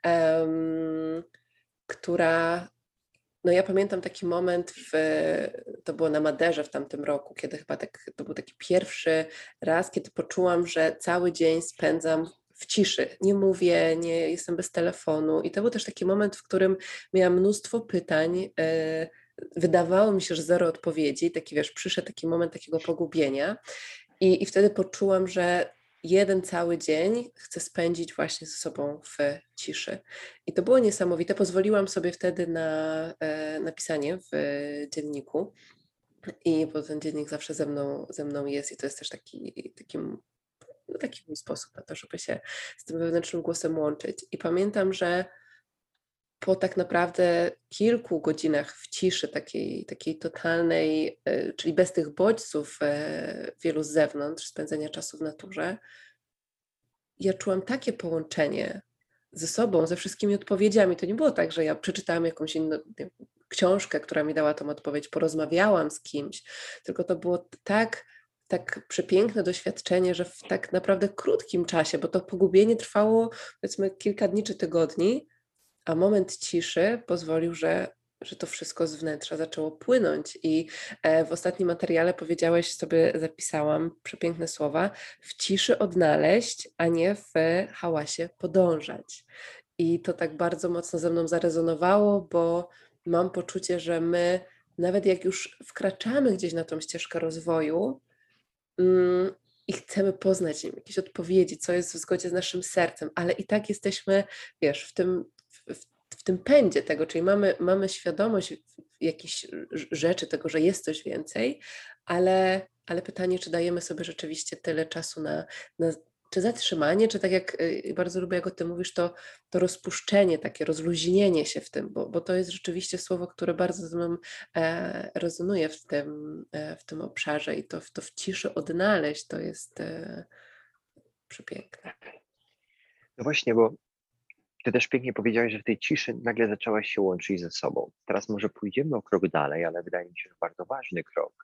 em, która, no ja pamiętam taki moment, w, to było na Maderze w tamtym roku, kiedy chyba tak, to był taki pierwszy raz, kiedy poczułam, że cały dzień spędzam w ciszy. Nie mówię, nie jestem bez telefonu. I to był też taki moment, w którym miałam mnóstwo pytań. y, Wydawało mi się, że zero odpowiedzi. Taki, wiesz, przyszedł taki moment takiego pogubienia. I, i wtedy poczułam, że jeden cały dzień chcę spędzić właśnie ze sobą w ciszy. I to było niesamowite. Pozwoliłam sobie wtedy na e, napisanie w e, dzienniku. I bo ten dziennik zawsze ze mną, ze mną jest i to jest też taki, taki, no taki mój sposób na to, żeby się z tym wewnętrznym głosem łączyć. I pamiętam, że po tak naprawdę kilku godzinach w ciszy, takiej, takiej totalnej, e, czyli bez tych bodźców e, wielu z zewnątrz, spędzenia czasu w naturze, ja czułam takie połączenie ze sobą, ze wszystkimi odpowiedziami. To nie było tak, że ja przeczytałam jakąś inną nie wiem, książkę, która mi dała tą odpowiedź, porozmawiałam z kimś, tylko to było tak, tak przepiękne doświadczenie, że w tak naprawdę krótkim czasie, bo to pogubienie trwało powiedzmy kilka dni czy tygodni, a moment ciszy pozwolił, że, że to wszystko z wnętrza zaczęło płynąć. I e, w ostatnim materiale powiedziałeś, sobie zapisałam przepiękne słowa, w ciszy odnaleźć, a nie w hałasie podążać. I to tak bardzo mocno ze mną zarezonowało, bo mam poczucie, że my, nawet jak już wkraczamy gdzieś na tą ścieżkę rozwoju, mm, i chcemy poznać nie wiem, jakieś odpowiedzi, co jest w zgodzie z naszym sercem, ale i tak jesteśmy, wiesz, w tym, w, w tym pędzie tego, czyli mamy, mamy świadomość jakichś rzeczy, tego, że jest coś więcej, ale, ale pytanie, czy dajemy sobie rzeczywiście tyle czasu na, na czy zatrzymanie, czy tak jak y, bardzo lubię, jak o tym mówisz, to, to rozpuszczenie, takie rozluźnienie się w tym, bo, bo to jest rzeczywiście słowo, które bardzo ze mną e, rezonuje w tym, e, w tym obszarze i to, to w ciszy odnaleźć, to jest e, przepiękne. No właśnie, bo ty też pięknie powiedziałeś, że w tej ciszy nagle zaczęłaś się łączyć ze sobą. Teraz może pójdziemy o krok dalej, ale wydaje mi się, że bardzo ważny krok.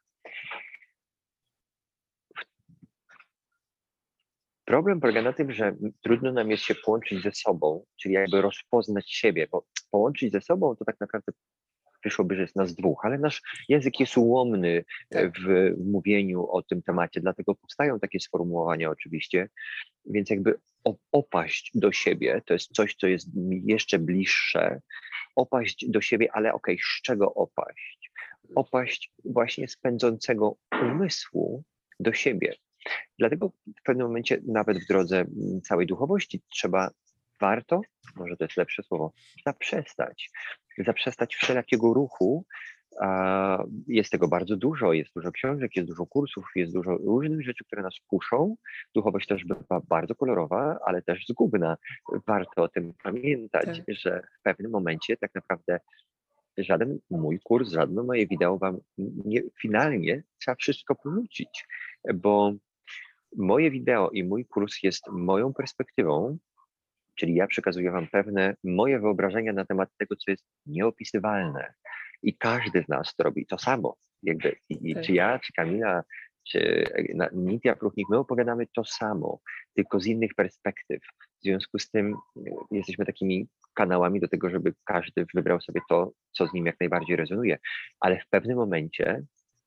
Problem polega na tym, że trudno nam jest się połączyć ze sobą, czyli jakby rozpoznać siebie, bo połączyć ze sobą to tak naprawdę wyszłoby, że jest nas dwóch, ale nasz język jest ułomny Tak. w mówieniu o tym temacie, dlatego powstają takie sformułowania oczywiście, więc jakby opaść do siebie to jest coś, co jest mi jeszcze bliższe, opaść do siebie, ale okej, z czego opaść? Opaść właśnie z pędzącego umysłu do siebie. Dlatego w pewnym momencie, nawet w drodze całej duchowości, trzeba, warto, może to jest lepsze słowo, zaprzestać. Zaprzestać wszelakiego ruchu. Jest tego bardzo dużo, jest dużo książek, jest dużo kursów, jest dużo różnych rzeczy, które nas kuszą. Duchowość też bywa bardzo kolorowa, ale też zgubna. Warto o tym pamiętać, Tak. że w pewnym momencie tak naprawdę żaden mój kurs, żadne moje wideo wam nie, finalnie trzeba wszystko porzucić, bo moje wideo i mój kurs jest moją perspektywą, czyli ja przekazuję wam pewne moje wyobrażenia na temat tego, co jest nieopisywalne. I każdy z nas robi to samo. Jakby, i, Tak. Czy ja, czy Kamila, czy Nitia Pruchnik, my opowiadamy to samo, tylko z innych perspektyw, związku z tym jesteśmy takimi kanałami do tego, żeby każdy wybrał sobie to, co z nim jak najbardziej rezonuje. Ale w pewnym momencie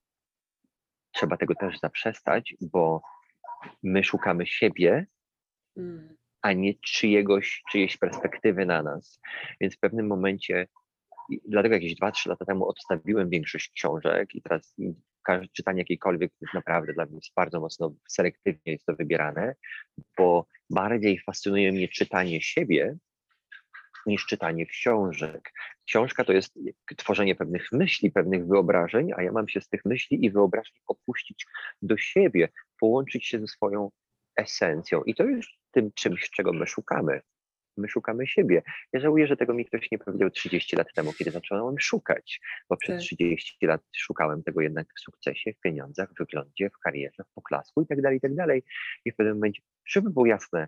trzeba tego też zaprzestać, bo my szukamy siebie, Mm. a nie czyjegoś, czyjejś perspektywy na nas. Więc w pewnym momencie, dlatego jakieś dwa trzy lata temu odstawiłem większość książek i teraz czytanie jakiejkolwiek jest naprawdę dla mnie jest bardzo mocno selektywnie jest to wybierane, bo bardziej fascynuje mnie czytanie siebie niż czytanie książek. Książka to jest tworzenie pewnych myśli, pewnych wyobrażeń, a ja mam się z tych myśli i wyobrażeń opuścić do siebie, połączyć się ze swoją esencją. I to jest tym czymś, czego my szukamy. My szukamy siebie. Ja żałuję, że tego mi ktoś nie powiedział trzydzieści lat temu, kiedy zacząłem szukać, bo przez Tak. trzydzieści lat szukałem tego jednak w sukcesie, w pieniądzach, w wyglądzie, w karierze, w poklasku i tak dalej, i tak dalej. I w pewnym momencie, żeby było jasne,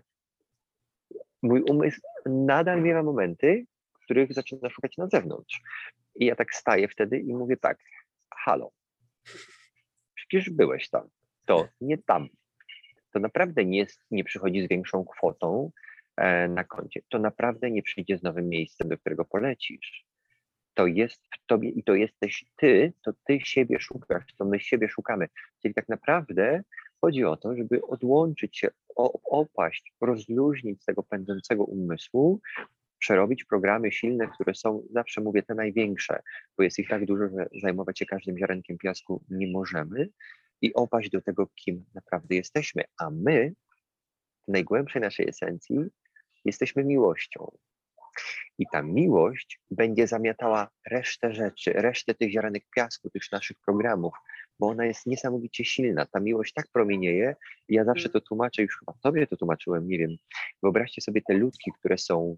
mój umysł nadal miewa momenty, w których zaczyna szukać na zewnątrz. I ja tak staję wtedy i mówię tak, halo, przecież byłeś tam, to nie tam. To naprawdę nie, jest, nie przychodzi z większą kwotą e, na koncie. To naprawdę nie przyjdzie z nowym miejscem, do którego polecisz. To jest w tobie i to jesteś ty, to ty siebie szukasz, to my siebie szukamy. Czyli tak naprawdę chodzi o to, żeby odłączyć się, o, opaść, rozluźnić z tego pędzącego umysłu, przerobić programy silne, które są, zawsze mówię, te największe, bo jest ich tak dużo, że zajmować się każdym ziarenkiem piasku nie możemy i opaść do tego, kim naprawdę jesteśmy. A my, w najgłębszej naszej esencji, jesteśmy miłością. I ta miłość będzie zamiatała resztę rzeczy, resztę tych ziarenek piasku, tych naszych programów, bo ona jest niesamowicie silna. Ta miłość tak promienieje. I ja zawsze to tłumaczę, już chyba tobie to tłumaczyłem, nie wiem. Wyobraźcie sobie te ludki, które są,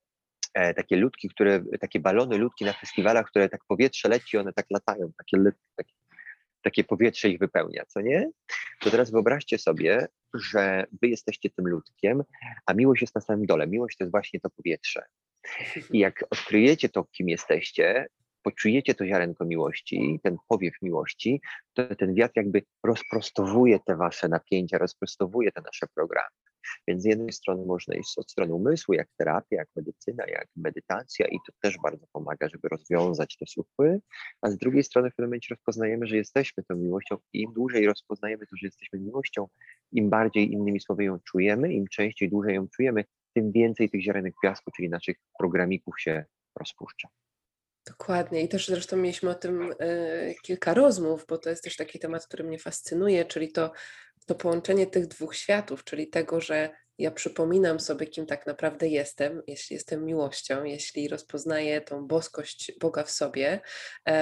e, takie ludki, które, takie balony ludki na festiwalach, które tak powietrze leci, one tak latają, takie, takie, takie powietrze ich wypełnia, co nie? To teraz wyobraźcie sobie, że wy jesteście tym ludkiem, a miłość jest na samym dole. Miłość to jest właśnie to powietrze. I jak odkryjecie to, kim jesteście, poczujecie to ziarenko miłości, ten powiew miłości, to ten wiatr jakby rozprostowuje te wasze napięcia, rozprostowuje te nasze programy. Więc z jednej strony można iść od strony umysłu, jak terapia, jak medycyna, jak medytacja i to też bardzo pomaga, żeby rozwiązać te słupy, a z drugiej strony w pewnym momencie rozpoznajemy, że jesteśmy tą miłością i im dłużej rozpoznajemy to, że jesteśmy miłością, im bardziej innymi słowy ją czujemy, im częściej dłużej ją czujemy, tym więcej tych ziarenek piasku, czyli naszych programików się rozpuszcza. Dokładnie. I też zresztą mieliśmy o tym y, kilka rozmów, bo to jest też taki temat, który mnie fascynuje, czyli to, to połączenie tych dwóch światów, czyli tego, że ja przypominam sobie, kim tak naprawdę jestem, jeśli jestem miłością, jeśli rozpoznaję tą boskość Boga w sobie, y,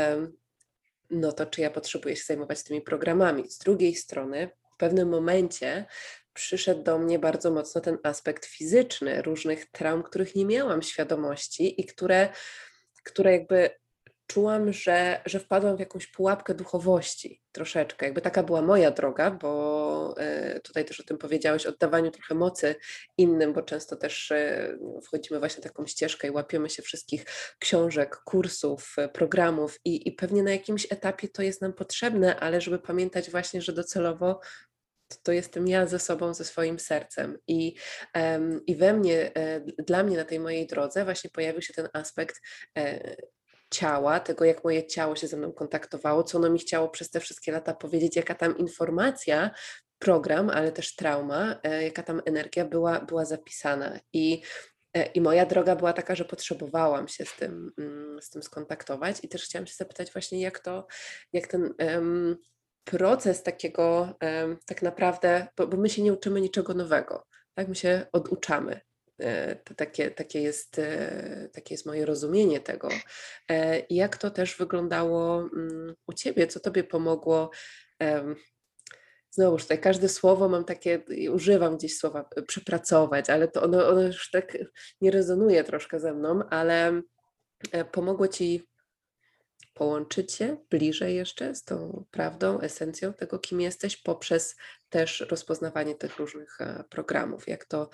no to czy ja potrzebuję się zajmować tymi programami. Z drugiej strony, w pewnym momencie przyszedł do mnie bardzo mocno ten aspekt fizyczny, różnych traum, których nie miałam świadomości i które które jakby czułam, że, że wpadłam w jakąś pułapkę duchowości troszeczkę. Jakby taka była moja droga, bo y, tutaj też o tym powiedziałeś, oddawaniu trochę mocy innym, bo często też y, wchodzimy właśnie na taką ścieżkę i łapiemy się wszystkich książek, kursów, y, programów i, i pewnie na jakimś etapie to jest nam potrzebne, ale żeby pamiętać właśnie, że docelowo to, to jestem ja ze sobą, ze swoim sercem. I, um, i we mnie, e, dla mnie na tej mojej drodze właśnie pojawił się ten aspekt e, ciała, tego jak moje ciało się ze mną kontaktowało, co ono mi chciało przez te wszystkie lata powiedzieć, jaka tam informacja, program, ale też trauma, e, jaka tam energia była, była zapisana. I e, I moja droga była taka, że potrzebowałam się z tym, mm, z tym skontaktować i też chciałam się zapytać właśnie, jak to, jak ten um, proces takiego um, tak naprawdę, bo, bo my się nie uczymy niczego nowego, tak? My się oduczamy. E, To takie, takie, jest, e, takie jest moje rozumienie tego. E, I jak to też wyglądało mm, u Ciebie? Co Tobie pomogło? em, Znowuż tutaj każde słowo mam takie, używam gdzieś słowa e, przepracować, ale to ono, ono już tak nie rezonuje troszkę ze mną, ale e, pomogło Ci połączyć się bliżej jeszcze z tą prawdą, esencją tego, kim jesteś, poprzez też rozpoznawanie tych różnych e, programów. Jak to,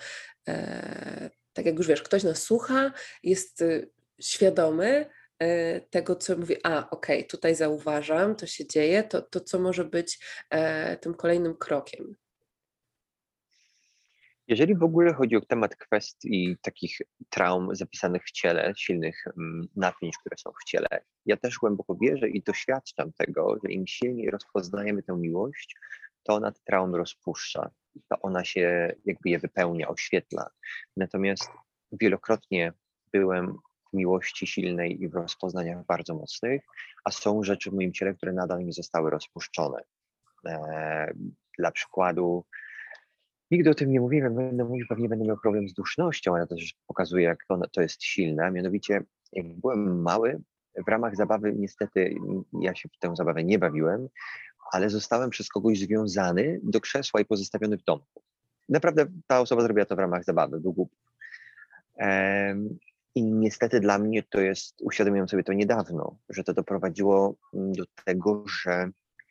e, tak jak już wiesz, ktoś nas słucha, jest y, świadomy e, tego, co mówi, a okej, okay, tutaj zauważam, to się dzieje, to, to co może być e, tym kolejnym krokiem. Jeżeli w ogóle chodzi o temat kwestii takich traum zapisanych w ciele, silnych mm, napięć, które są w ciele, ja też głęboko wierzę i doświadczam tego, że im silniej rozpoznajemy tę miłość, to ona te traumy rozpuszcza, to ona się jakby je wypełnia, oświetla. Natomiast wielokrotnie byłem w miłości silnej i w rozpoznaniach bardzo mocnych, a są rzeczy w moim ciele, które nadal nie zostały rozpuszczone. Eee, dla przykładu, nigdy o tym nie mówiłem, będę mówił, pewnie będę miał problem z dusznością, ale to też pokazuje, jak to, to jest silne. Mianowicie, jak byłem mały, w ramach zabawy niestety ja się w tę zabawę nie bawiłem, ale zostałem przez kogoś związany do krzesła i pozostawiony w domku. Naprawdę ta osoba zrobiła to w ramach zabawy, był głupi. Em, I niestety dla mnie to jest, uświadomiłem sobie to niedawno, że to doprowadziło do tego, że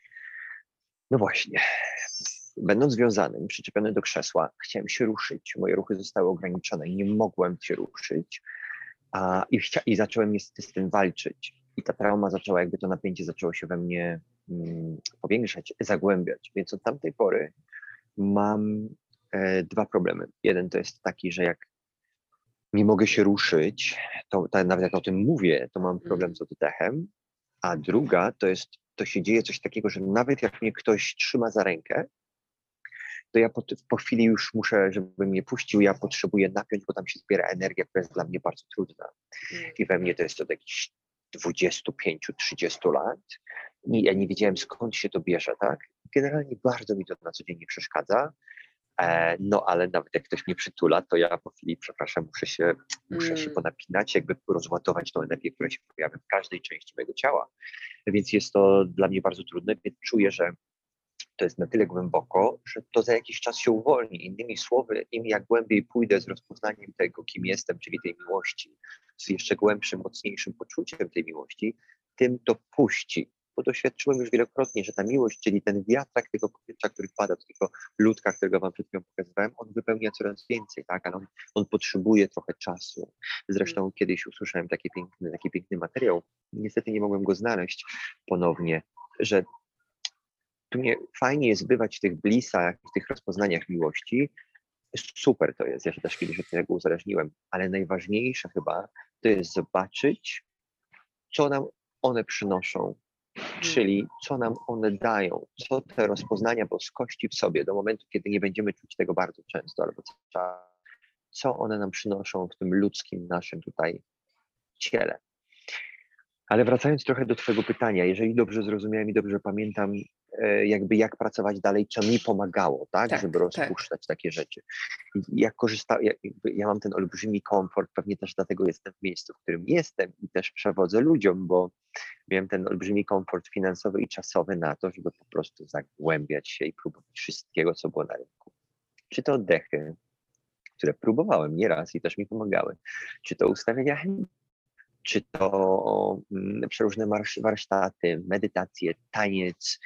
no właśnie, będąc związanym, przyczepiony do krzesła, chciałem się ruszyć. Moje ruchy zostały ograniczone i nie mogłem się ruszyć. A, i, chcia, I zacząłem niestety z tym walczyć. I ta trauma zaczęła, jakby to napięcie zaczęło się we mnie mm, powiększać, zagłębiać. Więc od tamtej pory mam e, dwa problemy. Jeden to jest taki, że jak nie mogę się ruszyć, to tak, nawet jak o tym mówię, to mam problem z oddechem. A druga to jest, to się dzieje coś takiego, że nawet jak mnie ktoś trzyma za rękę, to ja po, po chwili już muszę, żeby mnie puścił, ja potrzebuję napiąć, bo tam się zbiera energia, która jest dla mnie bardzo trudna. I we mnie to jest od jakichś dwudziestu pięciu, trzydziestu lat. I ja nie wiedziałem, skąd się to bierze, tak? Generalnie bardzo mi to na co dzień nie przeszkadza. E, no ale nawet jak ktoś mnie przytula, to ja po chwili, przepraszam, muszę się, muszę się ponapinać, jakby rozładować tą energię, która się pojawia w każdej części mojego ciała. Więc jest to dla mnie bardzo trudne, więc czuję, że to jest na tyle głęboko, że to za jakiś czas się uwolni. Innymi słowy, im jak głębiej pójdę z rozpoznaniem tego, kim jestem, czyli tej miłości, z jeszcze głębszym, mocniejszym poczuciem tej miłości, tym to puści. Bo doświadczyłem już wielokrotnie, że ta miłość, czyli ten wiatrak tego powietrza, który wpada do tego ludka, którego wam przed chwilą pokazywałem, on wypełnia coraz więcej, tak? Ale on, on potrzebuje trochę czasu. Zresztą kiedyś usłyszałem taki piękny, taki piękny materiał, niestety nie mogłem go znaleźć ponownie, że tu nie, fajnie jest bywać w tych blisach, w tych rozpoznaniach miłości. Super to jest, ja się też kiedyś od tego uzależniłem, ale najważniejsze chyba to jest zobaczyć, co nam one przynoszą, czyli co nam one dają, co te rozpoznania boskości w sobie do momentu, kiedy nie będziemy czuć tego bardzo często, albo co one nam przynoszą w tym ludzkim naszym tutaj ciele. Ale wracając trochę do twojego pytania, jeżeli dobrze zrozumiałem i dobrze pamiętam, jakby jak pracować dalej, co mi pomagało, tak, Tak, żeby rozpuszczać tak. takie rzeczy. Jak korzystałem, ja, ja mam ten olbrzymi komfort, pewnie też dlatego jestem w miejscu, w którym jestem i też przewodzę ludziom, bo miałem ten olbrzymi komfort finansowy i czasowy na to, żeby po prostu zagłębiać się i próbować wszystkiego, co było na rynku. Czy to oddechy, które próbowałem nieraz i też mi pomagały, czy to ustawienia chemii, czy to mm, przeróżne marsz, warsztaty, medytacje, taniec,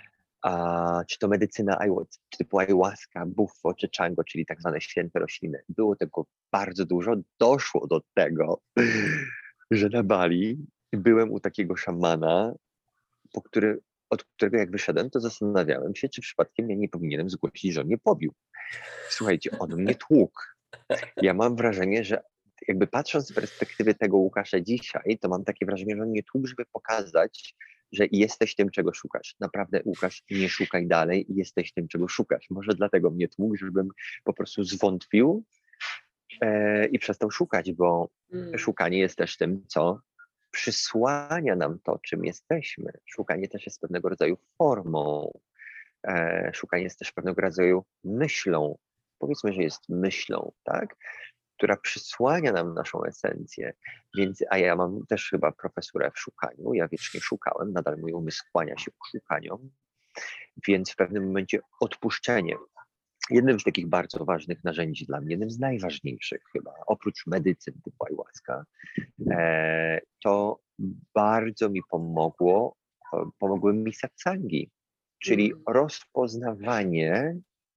a, czy to medycyna typu ayahuasca, buffo czy chango, czyli tak zwane święte rośliny. Było tego bardzo dużo. Doszło do tego, że na Bali byłem u takiego szamana, po który, od którego jak wyszedłem, to zastanawiałem się, czy przypadkiem ja nie powinienem zgłosić, że on mnie pobił. Słuchajcie, on mnie tłukł. Ja mam wrażenie, że jakby patrząc z perspektywy tego Łukasza dzisiaj, to mam takie wrażenie, że on mnie tłukł, żeby pokazać, że jesteś tym, czego szukasz. Naprawdę, Łukasz, nie szukaj dalej, jesteś tym, czego szukasz. Może dlatego mnie tłukł, żebym po prostu zwątpił e, i przestał szukać, bo mm. szukanie jest też tym, co przysłania nam to, czym jesteśmy. Szukanie też jest pewnego rodzaju formą. E, szukanie jest też pewnego rodzaju myślą. Powiedzmy, że jest myślą, tak? Która przysłania nam naszą esencję. Więc, a ja mam też chyba profesurę w szukaniu. Ja wiecznie szukałem, nadal mój umysł kłania się ku szukaniom. Więc w pewnym momencie odpuszczenie. Jednym z takich bardzo ważnych narzędzi dla mnie, jednym z najważniejszych chyba, oprócz medycyn typu ayahuasca, e, to bardzo mi pomogło, pomogły mi satsangi, czyli mm. rozpoznawanie,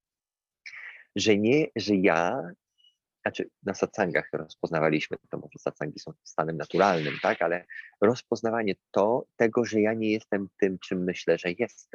że nie, że ja Znaczy na satsangach rozpoznawaliśmy, to może satsangi są stanem naturalnym, tak, ale rozpoznawanie to, tego, że ja nie jestem tym, czym myślę, że jestem.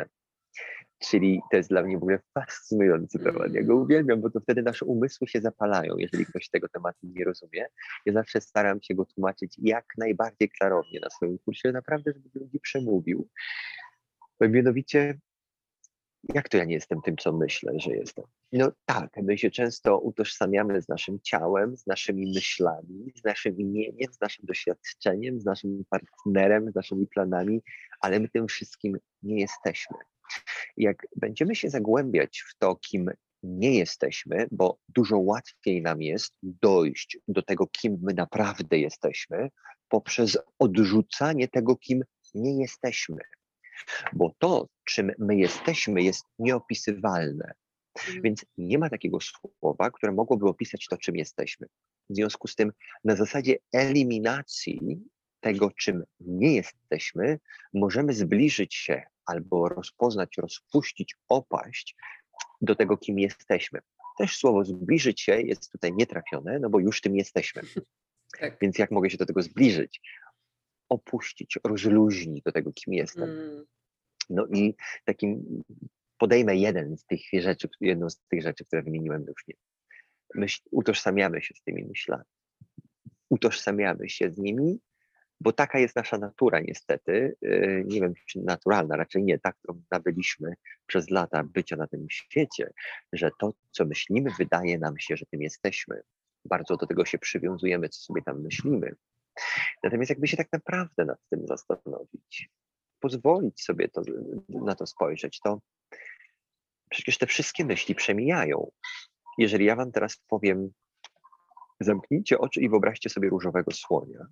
Czyli to jest dla mnie w ogóle fascynujący temat. Ja go uwielbiam, bo to wtedy nasze umysły się zapalają, jeżeli ktoś tego tematu nie rozumie. Ja zawsze staram się go tłumaczyć jak najbardziej klarownie na swoim kursie, naprawdę, żeby do ludzi przemówił. Mianowicie, jak to ja nie jestem tym, co myślę, że jestem? No tak, my się często utożsamiamy z naszym ciałem, z naszymi myślami, z naszym imieniem, z naszym doświadczeniem, z naszym partnerem, z naszymi planami, ale my tym wszystkim nie jesteśmy. Jak będziemy się zagłębiać w to, kim nie jesteśmy, bo dużo łatwiej nam jest dojść do tego, kim my naprawdę jesteśmy, poprzez odrzucanie tego, kim nie jesteśmy. Bo to, czym my jesteśmy, jest nieopisywalne. Więc nie ma takiego słowa, które mogłoby opisać to, czym jesteśmy. W związku z tym, na zasadzie eliminacji tego, czym nie jesteśmy, możemy zbliżyć się albo rozpoznać, rozpuścić, opaść do tego, kim jesteśmy. Też słowo zbliżyć się jest tutaj nietrafione, no bo już tym jesteśmy. Tak. Więc jak mogę się do tego zbliżyć? Opuścić, rozluźnić do tego, kim jestem. Mm. No i takim podejmę jeden z tych rzeczy, jedną z tych rzeczy, które wymieniłem już nie. Myśl, utożsamiamy się z tymi myślami. Utożsamiamy się z nimi, bo taka jest nasza natura niestety. Nie wiem, czy naturalna, raczej nie, ta, którą nabyliśmy przez lata bycia na tym świecie, że to, co myślimy, wydaje nam się, że tym jesteśmy. Bardzo do tego się przywiązujemy, co sobie tam myślimy. Natomiast jakby się tak naprawdę nad tym zastanowić, pozwolić sobie to, na to spojrzeć, to przecież te wszystkie myśli przemijają. Jeżeli ja wam teraz powiem, zamknijcie oczy i wyobraźcie sobie różowego słonia,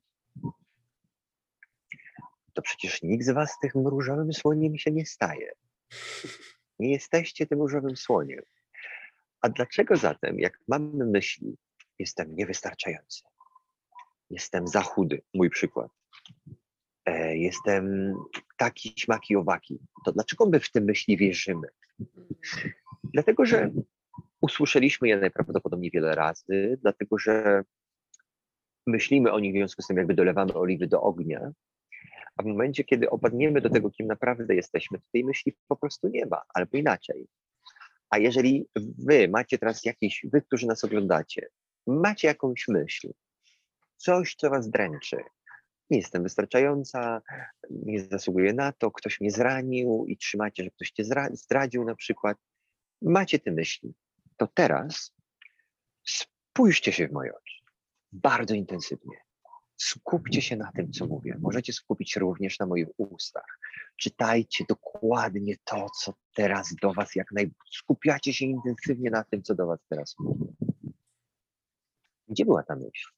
to przecież nikt z was tym różowym słoniem się nie staje. Nie jesteście tym różowym słoniem. A dlaczego zatem, jak mamy myśli, jestem niewystarczający, jestem za chudy, mój przykład, e, jestem taki, śmaki, owaki, to dlaczego my w te myśli wierzymy? Dlatego, że usłyszeliśmy je najprawdopodobniej wiele razy, dlatego, że myślimy o nich, w związku z tym jakby dolewamy oliwy do ognia, a w momencie, kiedy opadniemy do tego, kim naprawdę jesteśmy, to tej myśli po prostu nie ma, albo inaczej. A jeżeli wy macie teraz jakieś, wy, którzy nas oglądacie, macie jakąś myśl, coś, co was dręczy, nie jestem wystarczająca, nie zasługuję na to, ktoś mnie zranił i trzymacie, że ktoś cię zdradził na przykład, macie te myśli, to teraz spójrzcie się w moje oczy, bardzo intensywnie. Skupcie się na tym, co mówię. Możecie skupić się również na moich ustach. Czytajcie dokładnie to, co teraz do was jak naj... Skupiacie się intensywnie na tym, co do was teraz mówię. Gdzie była ta myśl?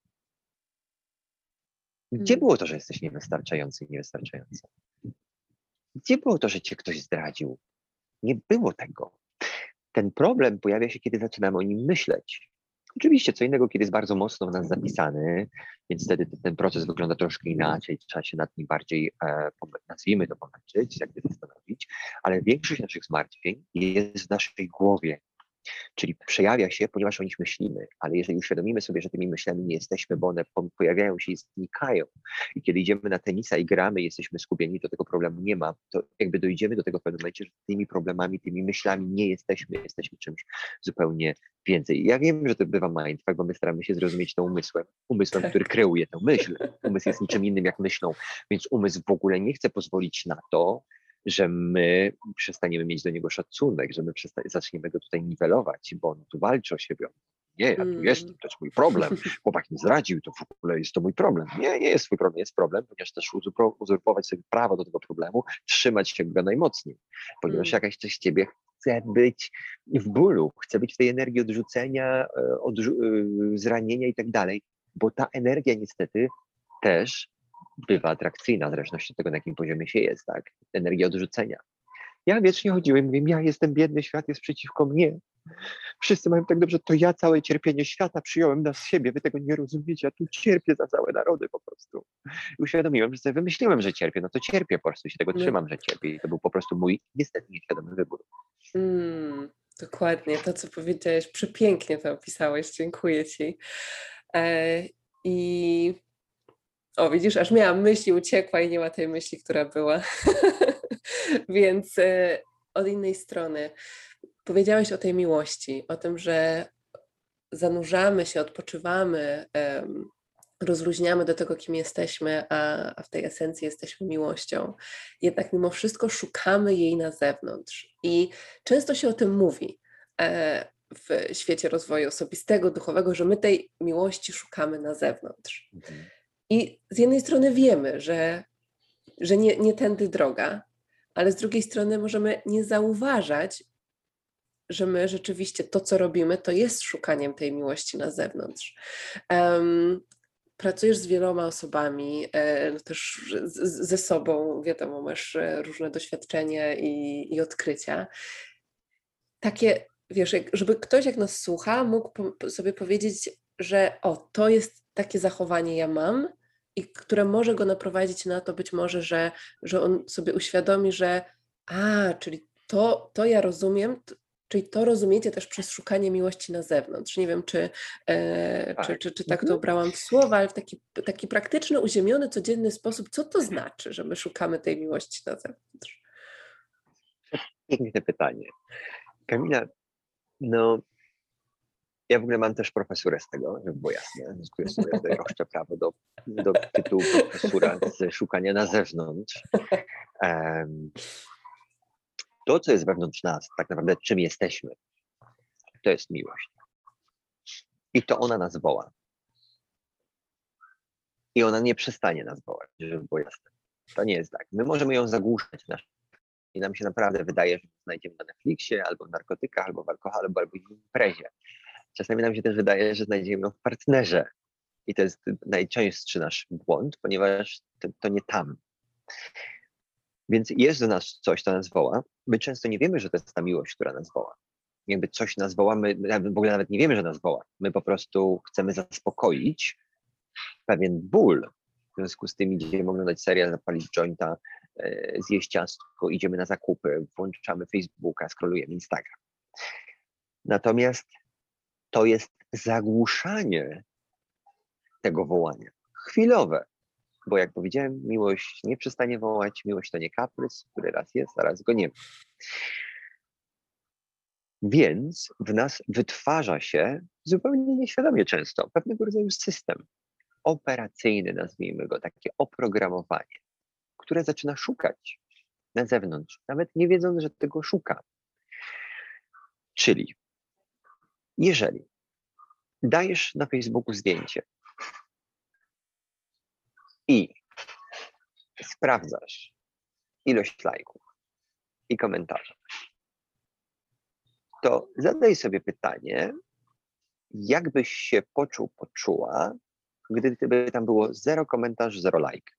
Gdzie było to, że jesteś niewystarczający i niewystarczająca? Gdzie było to, że cię ktoś zdradził? Nie było tego. Ten problem pojawia się, kiedy zaczynamy o nim myśleć. Oczywiście, co innego, kiedy jest bardzo mocno w nas zapisany, więc wtedy ten proces wygląda troszkę inaczej, trzeba się nad nim bardziej, e, nazwijmy to, pomęczyć, jakby zastanowić, ale większość naszych zmartwień jest w naszej głowie, czyli przejawia się, ponieważ o nich myślimy, ale jeżeli uświadomimy sobie, że tymi myślami nie jesteśmy, bo one pojawiają się i znikają i kiedy idziemy na tenisa i gramy i jesteśmy skupieni, to tego problemu nie ma, to jakby dojdziemy do tego w pewnym momencie, że tymi problemami, tymi myślami nie jesteśmy, jesteśmy czymś zupełnie więcej. Ja wiem, że to bywa mindfuck, bo my staramy się zrozumieć to umysłem, umysłem, Tak. który kreuje tę myśl. Umysł jest niczym innym jak myślą, więc umysł w ogóle nie chce pozwolić na to, że my przestaniemy mieć do niego szacunek, że my zaczniemy go tutaj niwelować, bo on tu walczy o siebie. Nie, ja tu Mm. jestem, to jest mój problem. Chłopak mnie zdradził, to w ogóle jest to mój problem. Nie, nie jest twój problem, jest problem, ponieważ też uzurpować sobie prawo do tego problemu, trzymać się go najmocniej, ponieważ Mm. jakaś część ciebie chce być w bólu, chce być w tej energii odrzucenia, odrzu zranienia i tak dalej, bo ta energia niestety też bywa atrakcyjna, w zależności od tego, na jakim poziomie się jest, tak? Energia odrzucenia. Ja wiecznie chodziłem i mówię, ja jestem biedny, świat jest przeciwko mnie. Wszyscy mają tak dobrze, to ja całe cierpienie świata przyjąłem na siebie, wy tego nie rozumiecie, ja tu cierpię za całe narody po prostu. I uświadomiłem, że sobie wymyśliłem, że cierpię, no to cierpię po prostu, się tego No. trzymam, że cierpię i to był po prostu mój niestety nieświadomy wybór. Mm, dokładnie, to co powiedziałeś, przepięknie to opisałeś, dziękuję ci. E, I o, widzisz, aż miałam myśli, uciekła i nie ma tej myśli, która była. Więc e, od innej strony. Powiedziałeś o tej miłości, o tym, że zanurzamy się, odpoczywamy, um, rozluźniamy do tego, kim jesteśmy, a, a w tej esencji jesteśmy miłością. Jednak mimo wszystko szukamy jej na zewnątrz. I często się o tym mówi e, w świecie rozwoju osobistego, duchowego, że my tej miłości szukamy na zewnątrz. Mhm. I z jednej strony wiemy, że, że nie, nie tędy droga, ale z drugiej strony możemy nie zauważać, że my rzeczywiście to, co robimy, to jest szukaniem tej miłości na zewnątrz. Um, pracujesz z wieloma osobami, e, też z, ze sobą, wiadomo, masz różne doświadczenia i, i odkrycia. Takie, wiesz, jak, żeby ktoś, jak nas słucha, mógł po, sobie powiedzieć, że o, to jest takie zachowanie ja mam i które może go naprowadzić na to być może, że, że on sobie uświadomi, że a, czyli to, to ja rozumiem, to, czyli to rozumiecie też przez szukanie miłości na zewnątrz. Nie wiem, czy, e, tak. czy, czy, czy tak to ubrałam w słowa, ale w taki, taki praktyczny, uziemiony, codzienny sposób, co to znaczy, że my szukamy tej miłości na zewnątrz? Piękne pytanie. Kamila, no ja w ogóle mam też profesurę z tego, żeby było jasne. Zyskuję sobie roszczę prawo do, do tytułu profesura z szukania na zewnątrz. Um, to, co jest wewnątrz nas, tak naprawdę czym jesteśmy, to jest miłość. I to ona nas woła. I ona nie przestanie nas wołać, żeby było jasne. To nie jest tak. My możemy ją zagłuszać. I nam się naprawdę wydaje, że znajdziemy na Netflixie, albo w narkotykach, albo w alkoholu, albo w imprezie. Czasami nam się też wydaje, że znajdziemy ją w partnerze. I to jest najczęstszy nasz błąd, ponieważ to, to nie tam. Więc jest w nas coś, co nas woła. My często nie wiemy, że to jest ta miłość, która nas woła. Jakby coś nas woła, my w ogóle nawet nie wiemy, że nas woła. My po prostu chcemy zaspokoić pewien ból. W związku z tym idziemy oglądać serial, zapalić jointa, e, zjeść ciastko, idziemy na zakupy, włączamy Facebooka, scrollujemy Instagram. Natomiast to jest zagłuszanie tego wołania. Chwilowe. Bo jak powiedziałem, miłość nie przestanie wołać, miłość to nie kaprys, który raz jest, a raz go nie ma. Więc w nas wytwarza się zupełnie nieświadomie często pewnego rodzaju system operacyjny, nazwijmy go, takie oprogramowanie, które zaczyna szukać na zewnątrz, nawet nie wiedząc, że tego szuka. Czyli jeżeli dajesz na Facebooku zdjęcie i sprawdzasz ilość lajków i komentarzy, to zadaj sobie pytanie, jak byś się poczuł, poczuła, gdyby tam było zero komentarzy, zero lajk.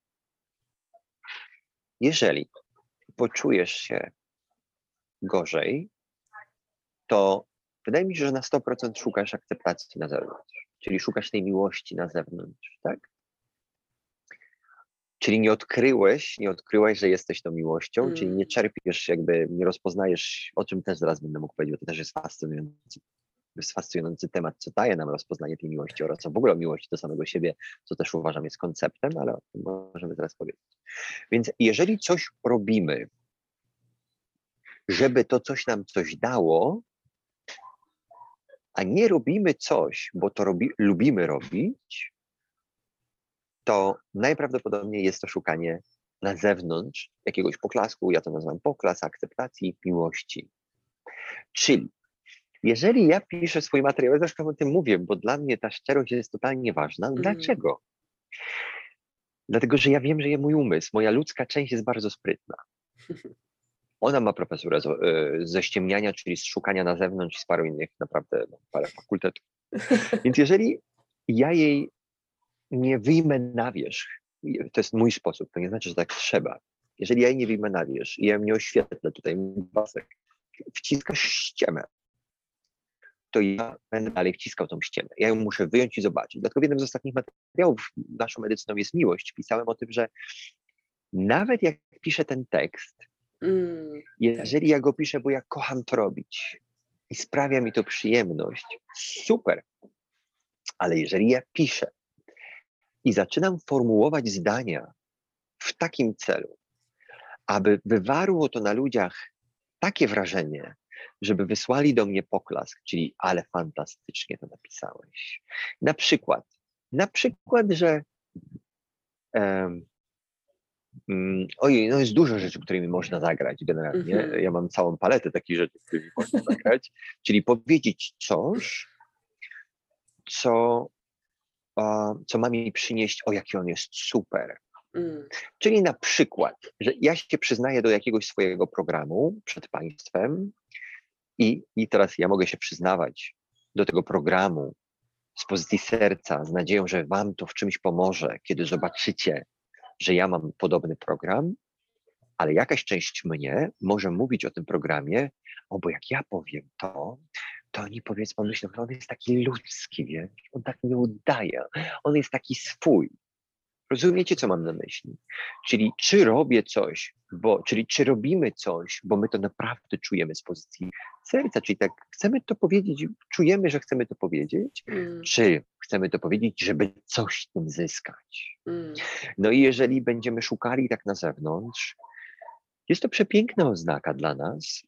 Jeżeli poczujesz się gorzej, to wydaje mi się, że na sto procent szukasz akceptacji na zewnątrz, czyli szukasz tej miłości na zewnątrz, tak? Czyli nie odkryłeś, nie odkryłaś, że jesteś tą miłością, mm. czyli nie czerpiesz, jakby nie rozpoznajesz, o czym też zaraz będę mógł powiedzieć, bo to też jest fascynujący, jest fascynujący temat, co daje nam rozpoznanie tej miłości oraz co w ogóle o miłości do samego siebie, co też uważam jest konceptem, ale o tym możemy zaraz powiedzieć. Więc jeżeli coś robimy, żeby to coś nam coś dało, a nie robimy coś, bo to robi, lubimy robić, to najprawdopodobniej jest to szukanie na zewnątrz jakiegoś poklasku, ja to nazywam poklas, akceptacji, miłości. Czyli jeżeli ja piszę swój materiał, ja zresztą o tym mówię, bo dla mnie ta szczerość jest totalnie ważna. Mm. Dlaczego? Dlatego, że ja wiem, że mój umysł, moja ludzka część jest bardzo sprytna. Ona ma profesurę z, ze ściemniania, czyli z szukania na zewnątrz i z paru innych, naprawdę no, parę fakultetów. Więc jeżeli ja jej nie wyjmę na wierzch, to jest mój sposób, to nie znaczy, że tak trzeba. Jeżeli ja jej nie wyjmę na wierzch i ja ją nie oświetlę tutaj, basek, wciskasz ściemę, to ja będę dalej wciskał tą ściemę. Ja ją muszę wyjąć i zobaczyć. Dlatego w jednym z ostatnich materiałów naszą medycyną jest miłość. Pisałem o tym, że nawet jak piszę ten tekst, mm, jeżeli tak. ja go piszę, bo ja kocham to robić i sprawia mi to przyjemność, super. Ale jeżeli ja piszę i zaczynam formułować zdania w takim celu, aby wywarło to na ludziach takie wrażenie, żeby wysłali do mnie poklask, czyli ale fantastycznie to napisałeś. Na przykład, na przykład, że em, mm, ojej, no jest dużo rzeczy, którymi można zagrać generalnie. Mhm. Ja mam całą paletę takich rzeczy, którymi można zagrać. Czyli powiedzieć coś, co, a, co ma mi przynieść, o jaki on jest super. Mm. Czyli na przykład, że ja się przyznaję do jakiegoś swojego programu przed państwem i, i teraz ja mogę się przyznawać do tego programu z pozycji serca, z nadzieją, że wam to w czymś pomoże, kiedy zobaczycie, że ja mam podobny program, ale jakaś część mnie może mówić o tym programie, o bo jak ja powiem to, to oni powiedzą, pomyślą, że on jest taki ludzki, wiesz, on tak nie udaje, on jest taki swój. Rozumiecie, co mam na myśli? Czyli czy robię coś, bo, czyli czy robimy coś, bo my to naprawdę czujemy z pozycji serca, czyli tak chcemy to powiedzieć, czujemy, że chcemy to powiedzieć, Mm. czy chcemy to powiedzieć, żeby coś tym zyskać. Mm. No i jeżeli będziemy szukali tak na zewnątrz, jest to przepiękna oznaka dla nas,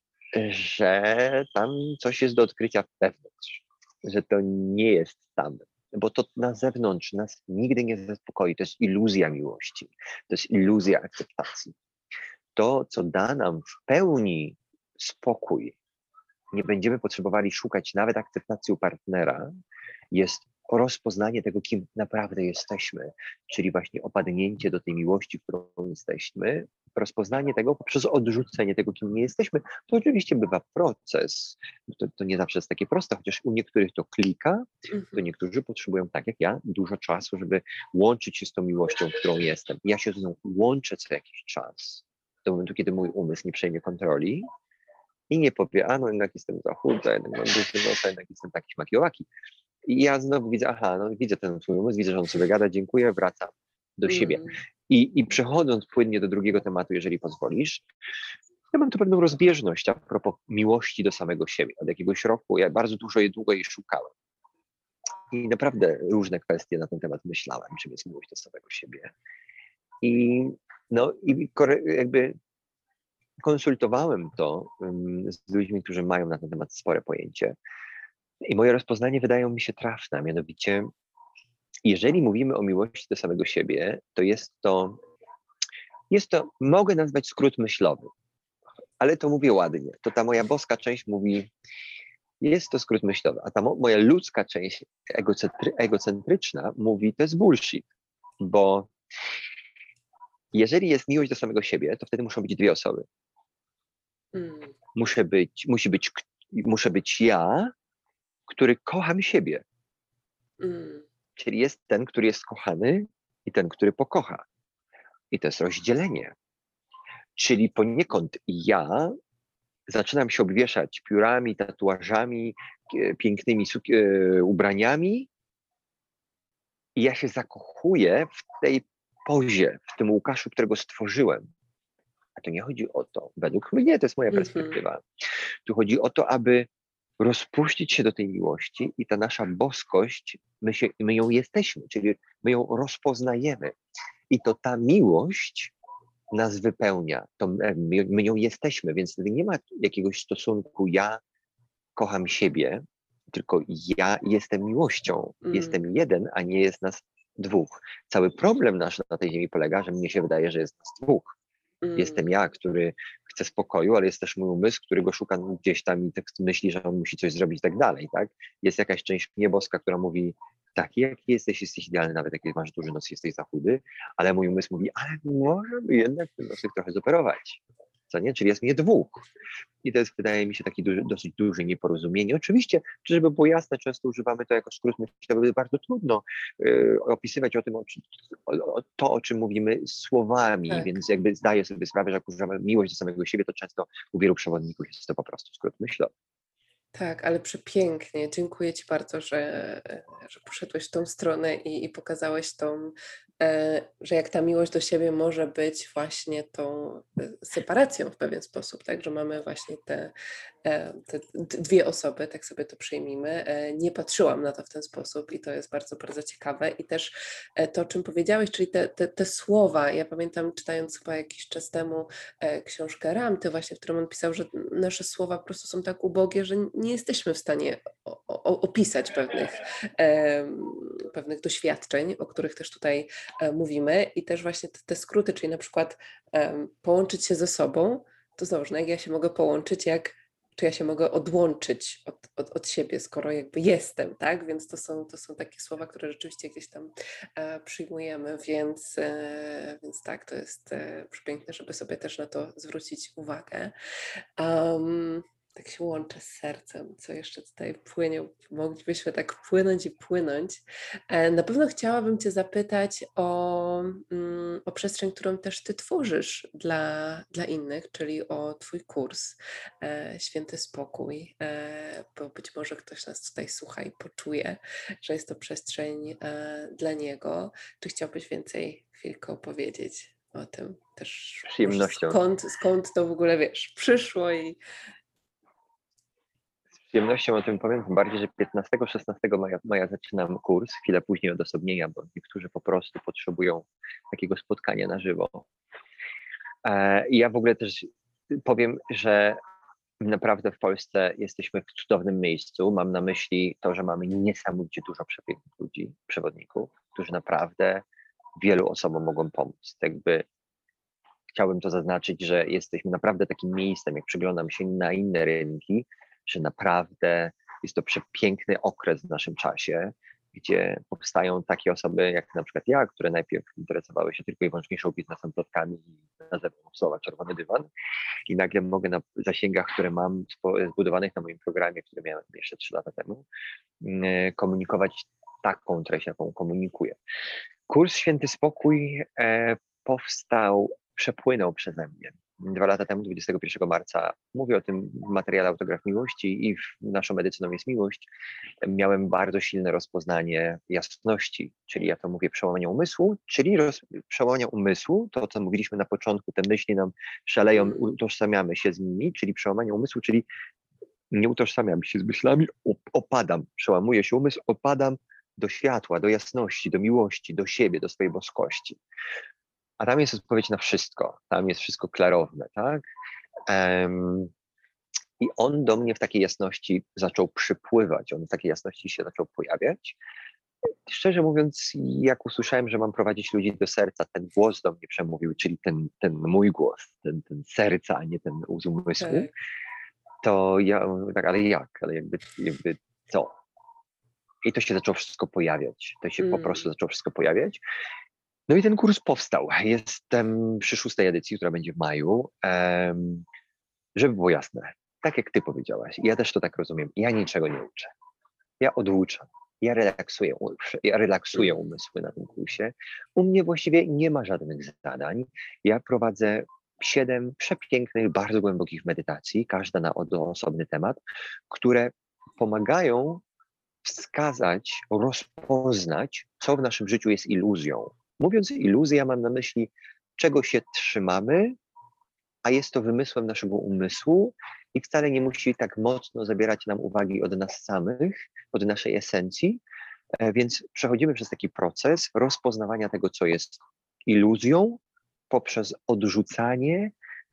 że tam coś jest do odkrycia wewnątrz, że to nie jest tam, bo to na zewnątrz nas nigdy nie zaspokoi. To jest iluzja miłości, to jest iluzja akceptacji. To, co da nam w pełni spokój, nie będziemy potrzebowali szukać nawet akceptacji u partnera, jest rozpoznanie tego, kim naprawdę jesteśmy, czyli właśnie opadnięcie do tej miłości, którą jesteśmy, rozpoznanie tego poprzez odrzucenie tego, kim nie jesteśmy. To oczywiście bywa proces, to, to nie zawsze jest takie proste, chociaż u niektórych to klika, to Mhm. niektórzy potrzebują, tak jak ja, dużo czasu, żeby łączyć się z tą miłością, którą jestem. Ja się z nią łączę co jakiś czas, do momentu, kiedy mój umysł nie przejmie kontroli i nie powie, a no jednak jestem za chuda, jednak mam duży nos, a jednak jestem taki śmakiołaki. I ja znowu widzę, aha, no widzę ten twój umysł, widzę, że on sobie gada, dziękuję, wracam do siebie. Mm. I, I przechodząc płynnie do drugiego tematu, jeżeli pozwolisz, ja mam tu pewną rozbieżność a propos miłości do samego siebie. Od jakiegoś roku ja bardzo dużo i długo jej szukałem. I naprawdę różne kwestie na ten temat myślałem, czym jest miłość do samego siebie. I no i jakby konsultowałem to um, z ludźmi, którzy mają na ten temat spore pojęcie. I moje rozpoznanie wydają mi się trafne, mianowicie jeżeli mówimy o miłości do samego siebie, to jest to, jest to, mogę nazwać skrót myślowy, ale to mówię ładnie. To ta moja boska część mówi, jest to skrót myślowy, a ta mo- moja ludzka część egocentry, egocentryczna mówi, to jest bullshit, bo jeżeli jest miłość do samego siebie, to wtedy muszą być dwie osoby. Mm. Muszę być, musi być, muszę być ja, który kocham siebie. Mm. Czyli jest ten, który jest kochany i ten, który pokocha. I to jest rozdzielenie. Czyli poniekąd ja zaczynam się obwieszać piórami, tatuażami, e, pięknymi suk- e, ubraniami i ja się zakochuję w tej pozie, w tym Łukaszu, którego stworzyłem. A to nie chodzi o to, według mnie, to jest moja Mhm. perspektywa. Tu chodzi o to, aby rozpuścić się do tej miłości i ta nasza boskość, my, się, my ją jesteśmy, czyli my ją rozpoznajemy. I to ta miłość nas wypełnia, to my, my nią jesteśmy, więc wtedy nie ma jakiegoś stosunku ja kocham siebie, tylko ja jestem miłością. Mm. Jestem jeden, a nie jest nas dwóch. Cały problem nasz na tej ziemi polega, że mnie się wydaje, że jest nas dwóch. Mm. Jestem ja, który chce spokoju, ale jest też mój umysł, który go szuka gdzieś tam i tak myśli, że on musi coś zrobić i tak dalej, tak? Jest jakaś część nieboska, która mówi, taki jaki jesteś, jesteś idealny, nawet jak masz duży nos, jesteś za chudy, ale mój umysł mówi, ale może by jednak ten nosek trochę zoperować. Co nie? Czyli jest mnie dwóch. I to jest, wydaje mi się, taki duży, dosyć duże nieporozumienie. Oczywiście, żeby było jasne, często używamy to jako skrót myślowy, bardzo trudno y, opisywać o tym, o, o, o, to, o czym mówimy słowami, Tak. więc jakby zdaję sobie sprawę, że jak używamy miłość do samego siebie, to często u wielu przewodników jest to po prostu skrót myślowy. Tak, ale przepięknie. Dziękuję Ci bardzo, że, że poszedłeś w tą stronę i, i pokazałeś tą że jak ta miłość do siebie może być właśnie tą separacją w pewien sposób, tak, że mamy właśnie te, te dwie osoby, tak sobie to przyjmijmy. Nie patrzyłam na to w ten sposób i to jest bardzo, bardzo ciekawe i też to, o czym powiedziałeś, czyli te, te, te słowa. Ja pamiętam, czytając chyba jakiś czas temu książkę Ramty właśnie, w którym on pisał, że nasze słowa po prostu są tak ubogie, że nie jesteśmy w stanie o, o, opisać pewnych, pewnych doświadczeń, o których też tutaj mówimy i też właśnie te, te skróty, czyli na przykład um, połączyć się ze sobą, to znowu, no jak ja się mogę połączyć, jak, czy ja się mogę odłączyć od, od, od siebie, skoro jakby jestem, tak? Więc to są, to są takie słowa, które rzeczywiście gdzieś tam e, przyjmujemy, więc, e, więc tak, to jest e, przepiękne, żeby sobie też na to zwrócić uwagę. Um, tak się łączę z sercem, co jeszcze tutaj płynie, moglibyśmy tak płynąć i płynąć. Na pewno chciałabym Cię zapytać o, o przestrzeń, którą też Ty tworzysz dla, dla innych, czyli o Twój kurs Święty Spokój, bo być może ktoś nas tutaj słucha i poczuje, że jest to przestrzeń dla niego. Czy chciałbyś więcej chwilkę opowiedzieć o tym? Też Z przyjemnością. Skąd, skąd to w ogóle, wiesz, przyszło i Z przyjemnością o tym powiem, tym bardziej, że piętnastego szesnastego maja, maja zaczynam kurs, chwilę później odosobnienia, bo niektórzy po prostu potrzebują takiego spotkania na żywo. I ja w ogóle też powiem, że naprawdę w Polsce jesteśmy w cudownym miejscu. Mam na myśli to, że mamy niesamowicie dużo przepięknych ludzi, przewodników, którzy naprawdę wielu osobom mogą pomóc. Tak jakby chciałbym to zaznaczyć, że jesteśmy naprawdę takim miejscem, jak przyglądam się na inne rynki, że naprawdę jest to przepiękny okres w naszym czasie, gdzie powstają takie osoby jak na przykład ja, które najpierw interesowały się tylko i wyłącznie show biznesem, plotkami i nazewą słowa czerwony dywan i nagle mogę na zasięgach, które mam zbudowanych na moim programie, który miałem jeszcze trzy lata temu, komunikować taką treść, jaką komunikuję. Kurs Święty Spokój e, powstał, przepłynął przeze mnie. Dwa lata temu, dwudziestego pierwszego marca, mówię o tym w materiale Autograf Miłości i w Naszą medycyną jest miłość, miałem bardzo silne rozpoznanie jasności, czyli ja to mówię przełamania umysłu, czyli roz, przełamania umysłu, to co mówiliśmy na początku, te myśli nam szaleją, utożsamiamy się z nimi, czyli przełamanie umysłu, czyli nie utożsamiam się z myślami, opadam, przełamuję się umysł, opadam do światła, do jasności, do miłości, do siebie, do swojej boskości. A tam jest odpowiedź na wszystko, tam jest wszystko klarowne, tak? Um, I on do mnie w takiej jasności zaczął przypływać, on w takiej jasności się zaczął pojawiać. Szczerze mówiąc, jak usłyszałem, że mam prowadzić ludzi do serca, ten głos do mnie przemówił, czyli ten, ten mój głos, ten, ten serca, a nie ten z umysłu, tak. to ja tak, ale jak? Ale jakby, jakby co? I to się zaczęło wszystko pojawiać. To się mm. po prostu zaczęło wszystko pojawiać. No i ten kurs powstał. Jestem przy szóstej edycji, która będzie w maju. Um, żeby było jasne, tak jak ty powiedziałaś, ja też to tak rozumiem, ja niczego nie uczę. Ja oduczam. Ja relaksuję, ja relaksuję umysły na tym kursie. U mnie właściwie nie ma żadnych zadań. Ja prowadzę siedem przepięknych, bardzo głębokich medytacji, każda na osobny temat, które pomagają wskazać, rozpoznać, co w naszym życiu jest iluzją. Mówiąc iluzja, mam na myśli, czego się trzymamy, a jest to wymysłem naszego umysłu i wcale nie musi tak mocno zabierać nam uwagi od nas samych, od naszej esencji. Więc przechodzimy przez taki proces rozpoznawania tego, co jest iluzją, poprzez odrzucanie,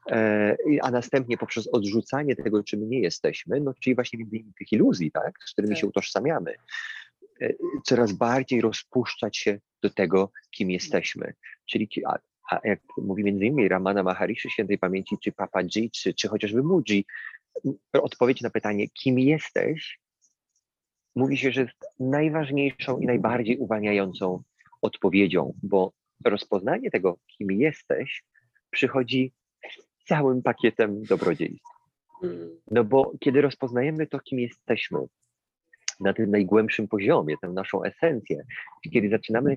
a następnie poprzez odrzucanie tego, czym nie jesteśmy, no czyli właśnie tych iluzji, tak, z którymi tak. się utożsamiamy, coraz bardziej rozpuszczać się do tego, kim jesteśmy. Czyli, a, a jak mówi między innymi Ramana Maharishi świętej pamięci, czy Papaji, czy, czy chociażby Mooji, odpowiedź na pytanie, kim jesteś, mówi się, że jest najważniejszą i najbardziej uwalniającą odpowiedzią, bo rozpoznanie tego, kim jesteś, przychodzi z całym pakietem dobrodziejstw. No bo kiedy rozpoznajemy to, kim jesteśmy, na tym najgłębszym poziomie, tę naszą esencję, kiedy zaczynamy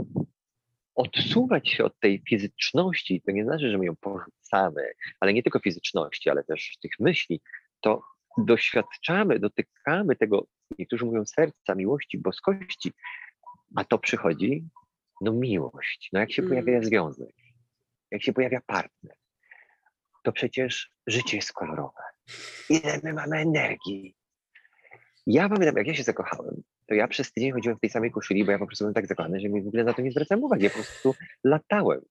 odsuwać się od tej fizyczności, to nie znaczy, że my ją porzucamy, ale nie tylko fizyczności, ale też tych myśli, to doświadczamy, dotykamy tego, niektórzy mówią serca, miłości, boskości, a to przychodzi No miłość, no jak się Mm. pojawia związek, jak się pojawia partner, to przecież życie jest kolorowe. Ile my mamy energii. Ja pamiętam, jak ja się zakochałem, to ja przez tydzień chodziłem w tej samej koszuli, bo ja po prostu byłem tak zakochany, że mi w ogóle na to nie zwracałem uwagi. Ja po prostu latałem.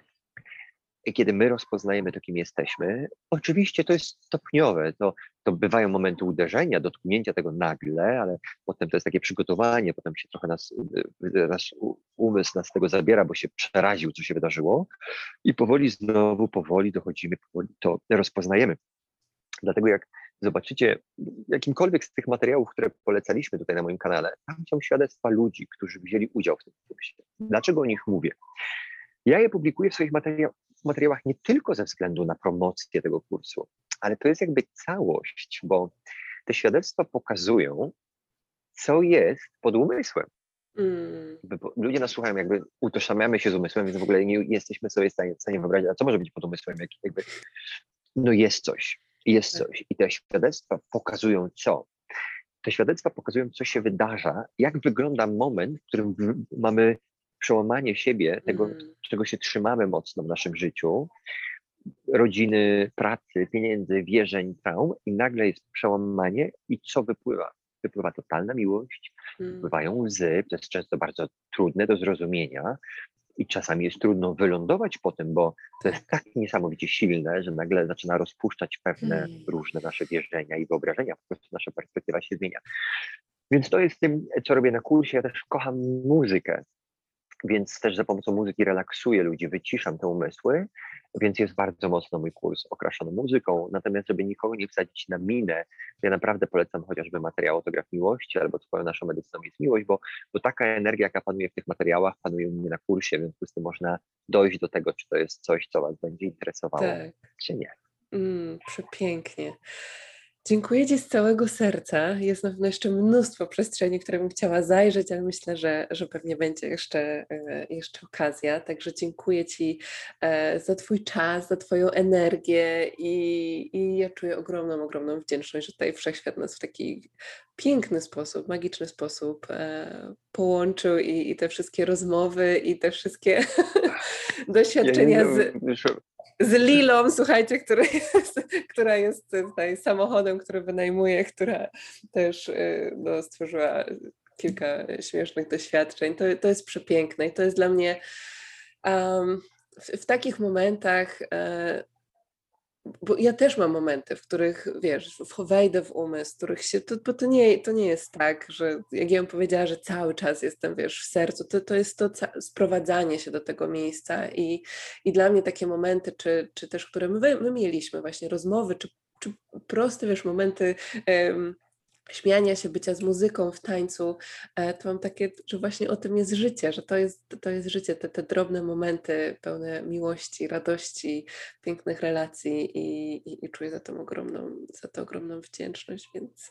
I kiedy my rozpoznajemy to, kim jesteśmy, oczywiście to jest stopniowe, to, to bywają momenty uderzenia, dotknięcia tego nagle, ale potem to jest takie przygotowanie, potem się trochę nas, nasz umysł nas z tego zabiera, bo się przeraził, co się wydarzyło i powoli znowu, powoli dochodzimy, powoli to rozpoznajemy. Dlatego jak zobaczycie jakimkolwiek z tych materiałów, które polecaliśmy tutaj na moim kanale, tam są świadectwa ludzi, którzy wzięli udział w tym kursie. Dlaczego o nich mówię? Ja je publikuję w swoich materia materiałach nie tylko ze względu na promocję tego kursu, ale to jest jakby całość, bo te świadectwa pokazują, co jest pod umysłem. Mm. Bo ludzie nas słuchają, jakby utożsamiamy się z umysłem, więc w ogóle nie jesteśmy sobie w stanie, w stanie wyobrazić, a co może być pod umysłem, jak, jakby, no jest coś, jest coś. I te świadectwa pokazują co? Te świadectwa pokazują, co się wydarza, jak wygląda moment, w którym w, mamy przełamanie siebie, tego, Mm. czego się trzymamy mocno w naszym życiu, rodziny, pracy, pieniędzy, wierzeń, traum i nagle jest przełamanie i co wypływa? Wypływa totalna miłość, Mm. wypływają łzy, to jest często bardzo trudne do zrozumienia i czasami jest trudno wylądować po tym, bo to jest tak niesamowicie silne, że nagle zaczyna rozpuszczać pewne Mm. różne nasze wierzenia i wyobrażenia, po prostu nasza perspektywa się zmienia. Więc to jest tym, co robię na kursie. Ja też kocham muzykę, więc też za pomocą muzyki relaksuję ludzi, wyciszam te umysły, więc jest bardzo mocno mój kurs okraszony muzyką. Natomiast, żeby nikogo nie wsadzić na minę, ja naprawdę polecam chociażby materiał Autograf Miłości albo Twoją naszą medycyną jest miłość, bo, bo taka energia, jaka panuje w tych materiałach, panuje u mnie na kursie, więc po prostu można dojść do tego, czy to jest coś, co Was będzie interesowało, Tak. czy nie. Mm, przepięknie. Dziękuję Ci z całego serca. Jest na pewno jeszcze mnóstwo przestrzeni, które bym chciała zajrzeć, ale myślę, że, że pewnie będzie jeszcze, jeszcze okazja. Także dziękuję Ci za Twój czas, za Twoją energię i, i ja czuję ogromną, ogromną wdzięczność, że tutaj Wszechświat nas w taki piękny sposób, magiczny sposób połączył i, i te wszystkie rozmowy i te wszystkie doświadczenia Ja nie, z... no, z Lilą, słuchajcie, która jest, która jest tutaj samochodem, który wynajmuje, która też no, stworzyła kilka śmiesznych doświadczeń. To, to jest przepiękne i to jest dla mnie um, w, w takich momentach, e, bo ja też mam momenty, w których, wiesz, wejdę w umysł, w których się, to, bo to nie, to nie jest tak, że jak ja bym powiedziała, że cały czas jestem, wiesz, w sercu, to, to jest to sprowadzanie się do tego miejsca i, i dla mnie takie momenty, czy, czy też, które my, my mieliśmy, właśnie rozmowy, czy, czy proste, wiesz, momenty um, śmiania się, bycia z muzyką w tańcu, to mam takie, że właśnie o tym jest życie, że to jest, to jest życie, te, te drobne momenty pełne miłości, radości, pięknych relacji i, i, i czuję za to ogromną, za to ogromną wdzięczność, więc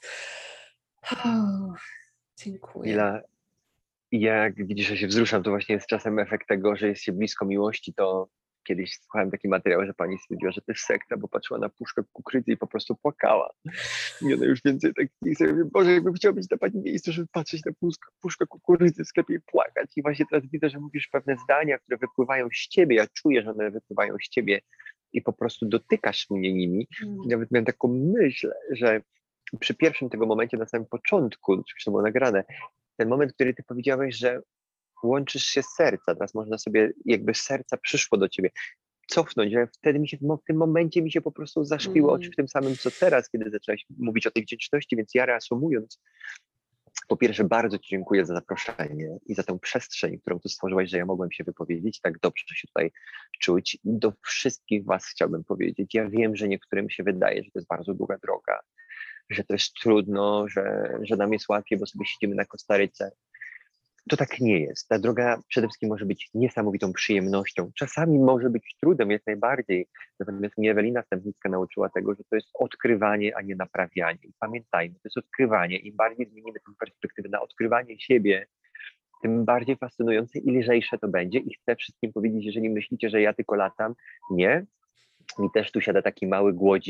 oh, dziękuję. Ila, jak widzisz, że się wzruszam, to właśnie jest czasem efekt tego, że jest się blisko miłości, to kiedyś słuchałem taki materiał, że pani stwierdziła, że to jest sekta, bo patrzyła na puszkę kukurydzy i po prostu płakała. I ona już więcej tak nie sobie mówi, Boże, jakbym chciał być na pani miejscu, żeby patrzeć na puszkę, puszkę kukurydzy w sklepie i płakać. I właśnie teraz widzę, że mówisz pewne zdania, które wypływają z ciebie. Ja czuję, że one wypływają z ciebie i po prostu dotykasz mnie nimi. I nawet miałem taką myśl, że przy pierwszym tego momencie, na samym początku, zresztą było nagrane, ten moment, który ty powiedziałeś, że łączysz się z serca, teraz można sobie, jakby z serca przyszło do ciebie, cofnąć, że wtedy mi się, w tym momencie mi się po prostu zaszkliły Mm. oczy w tym samym, co teraz, kiedy zaczęłaś mówić o tej wdzięczności, więc ja reasumując, po pierwsze bardzo Ci dziękuję za zaproszenie i za tę przestrzeń, którą tu stworzyłaś, że ja mogłem się wypowiedzieć, tak dobrze się tutaj czuć. Do wszystkich Was chciałbym powiedzieć, ja wiem, że niektórym się wydaje, że to jest bardzo długa droga, że to jest trudno, że, że nam jest łatwiej, bo sobie siedzimy na Kostaryce. To tak nie jest. Ta droga przede wszystkim może być niesamowitą przyjemnością. Czasami może być trudem, jak najbardziej. Natomiast mnie Ewelina Stępnicka nauczyła tego, że to jest odkrywanie, a nie naprawianie. I pamiętajmy, to jest odkrywanie. Im bardziej zmienimy tę perspektywę na odkrywanie siebie, tym bardziej fascynujące i lżejsze to będzie. I chcę wszystkim powiedzieć, jeżeli myślicie, że ja tylko latam, nie. Mi też tu siada taki mały głodzik,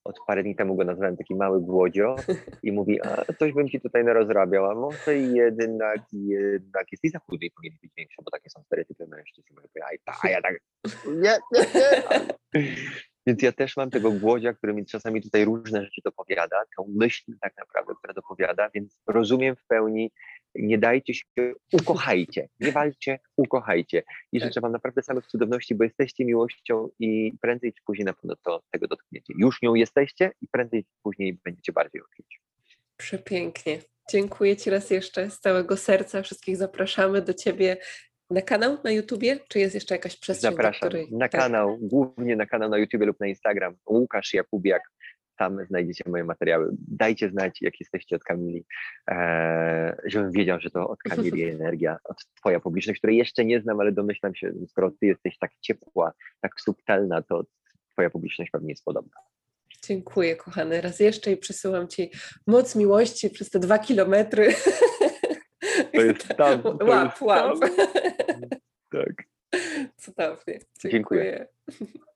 od parę dni temu go nazwałem taki mały głodzio i mówi, a coś bym ci tutaj narozrabiał, a może jednak, jednak jest i za chudy i powinien być większy, bo takie są stereotypy mężczyzn. A ja tak, nie, nie, nie. Więc ja też mam tego głodzia, który mi czasami tutaj różne rzeczy dopowiada, tę myśl tak naprawdę, która dopowiada, więc rozumiem w pełni, nie dajcie się, ukochajcie, nie walczcie, ukochajcie. I życzę wam naprawdę samych cudowności, bo jesteście miłością i prędzej czy później na pewno to, tego dotkniecie. Już nią jesteście i prędzej czy później będziecie bardziej odczuć. Przepięknie. Dziękuję ci raz jeszcze z całego serca. Wszystkich zapraszamy do ciebie na kanał na YouTubie, czy jest jeszcze jakaś przestrzeń, Zapraszam do której... na tak. kanał, głównie na kanał na YouTubie lub na Instagram. Łukasz Jakubiak, tam znajdziecie moje materiały. Dajcie znać, jak jesteście od Kamili, e, żebym wiedział, że to od Kamili energia, od twoja publiczność, której jeszcze nie znam, ale domyślam się, skoro ty jesteś tak ciepła, tak subtelna, to twoja publiczność pewnie jest podobna. Dziękuję, kochany, raz jeszcze i przysyłam ci moc miłości przez te dwa kilometry. To jest tam. To łap, jest łap. Tam. Tak. Cudownie. Dziękuję. Dziękuję.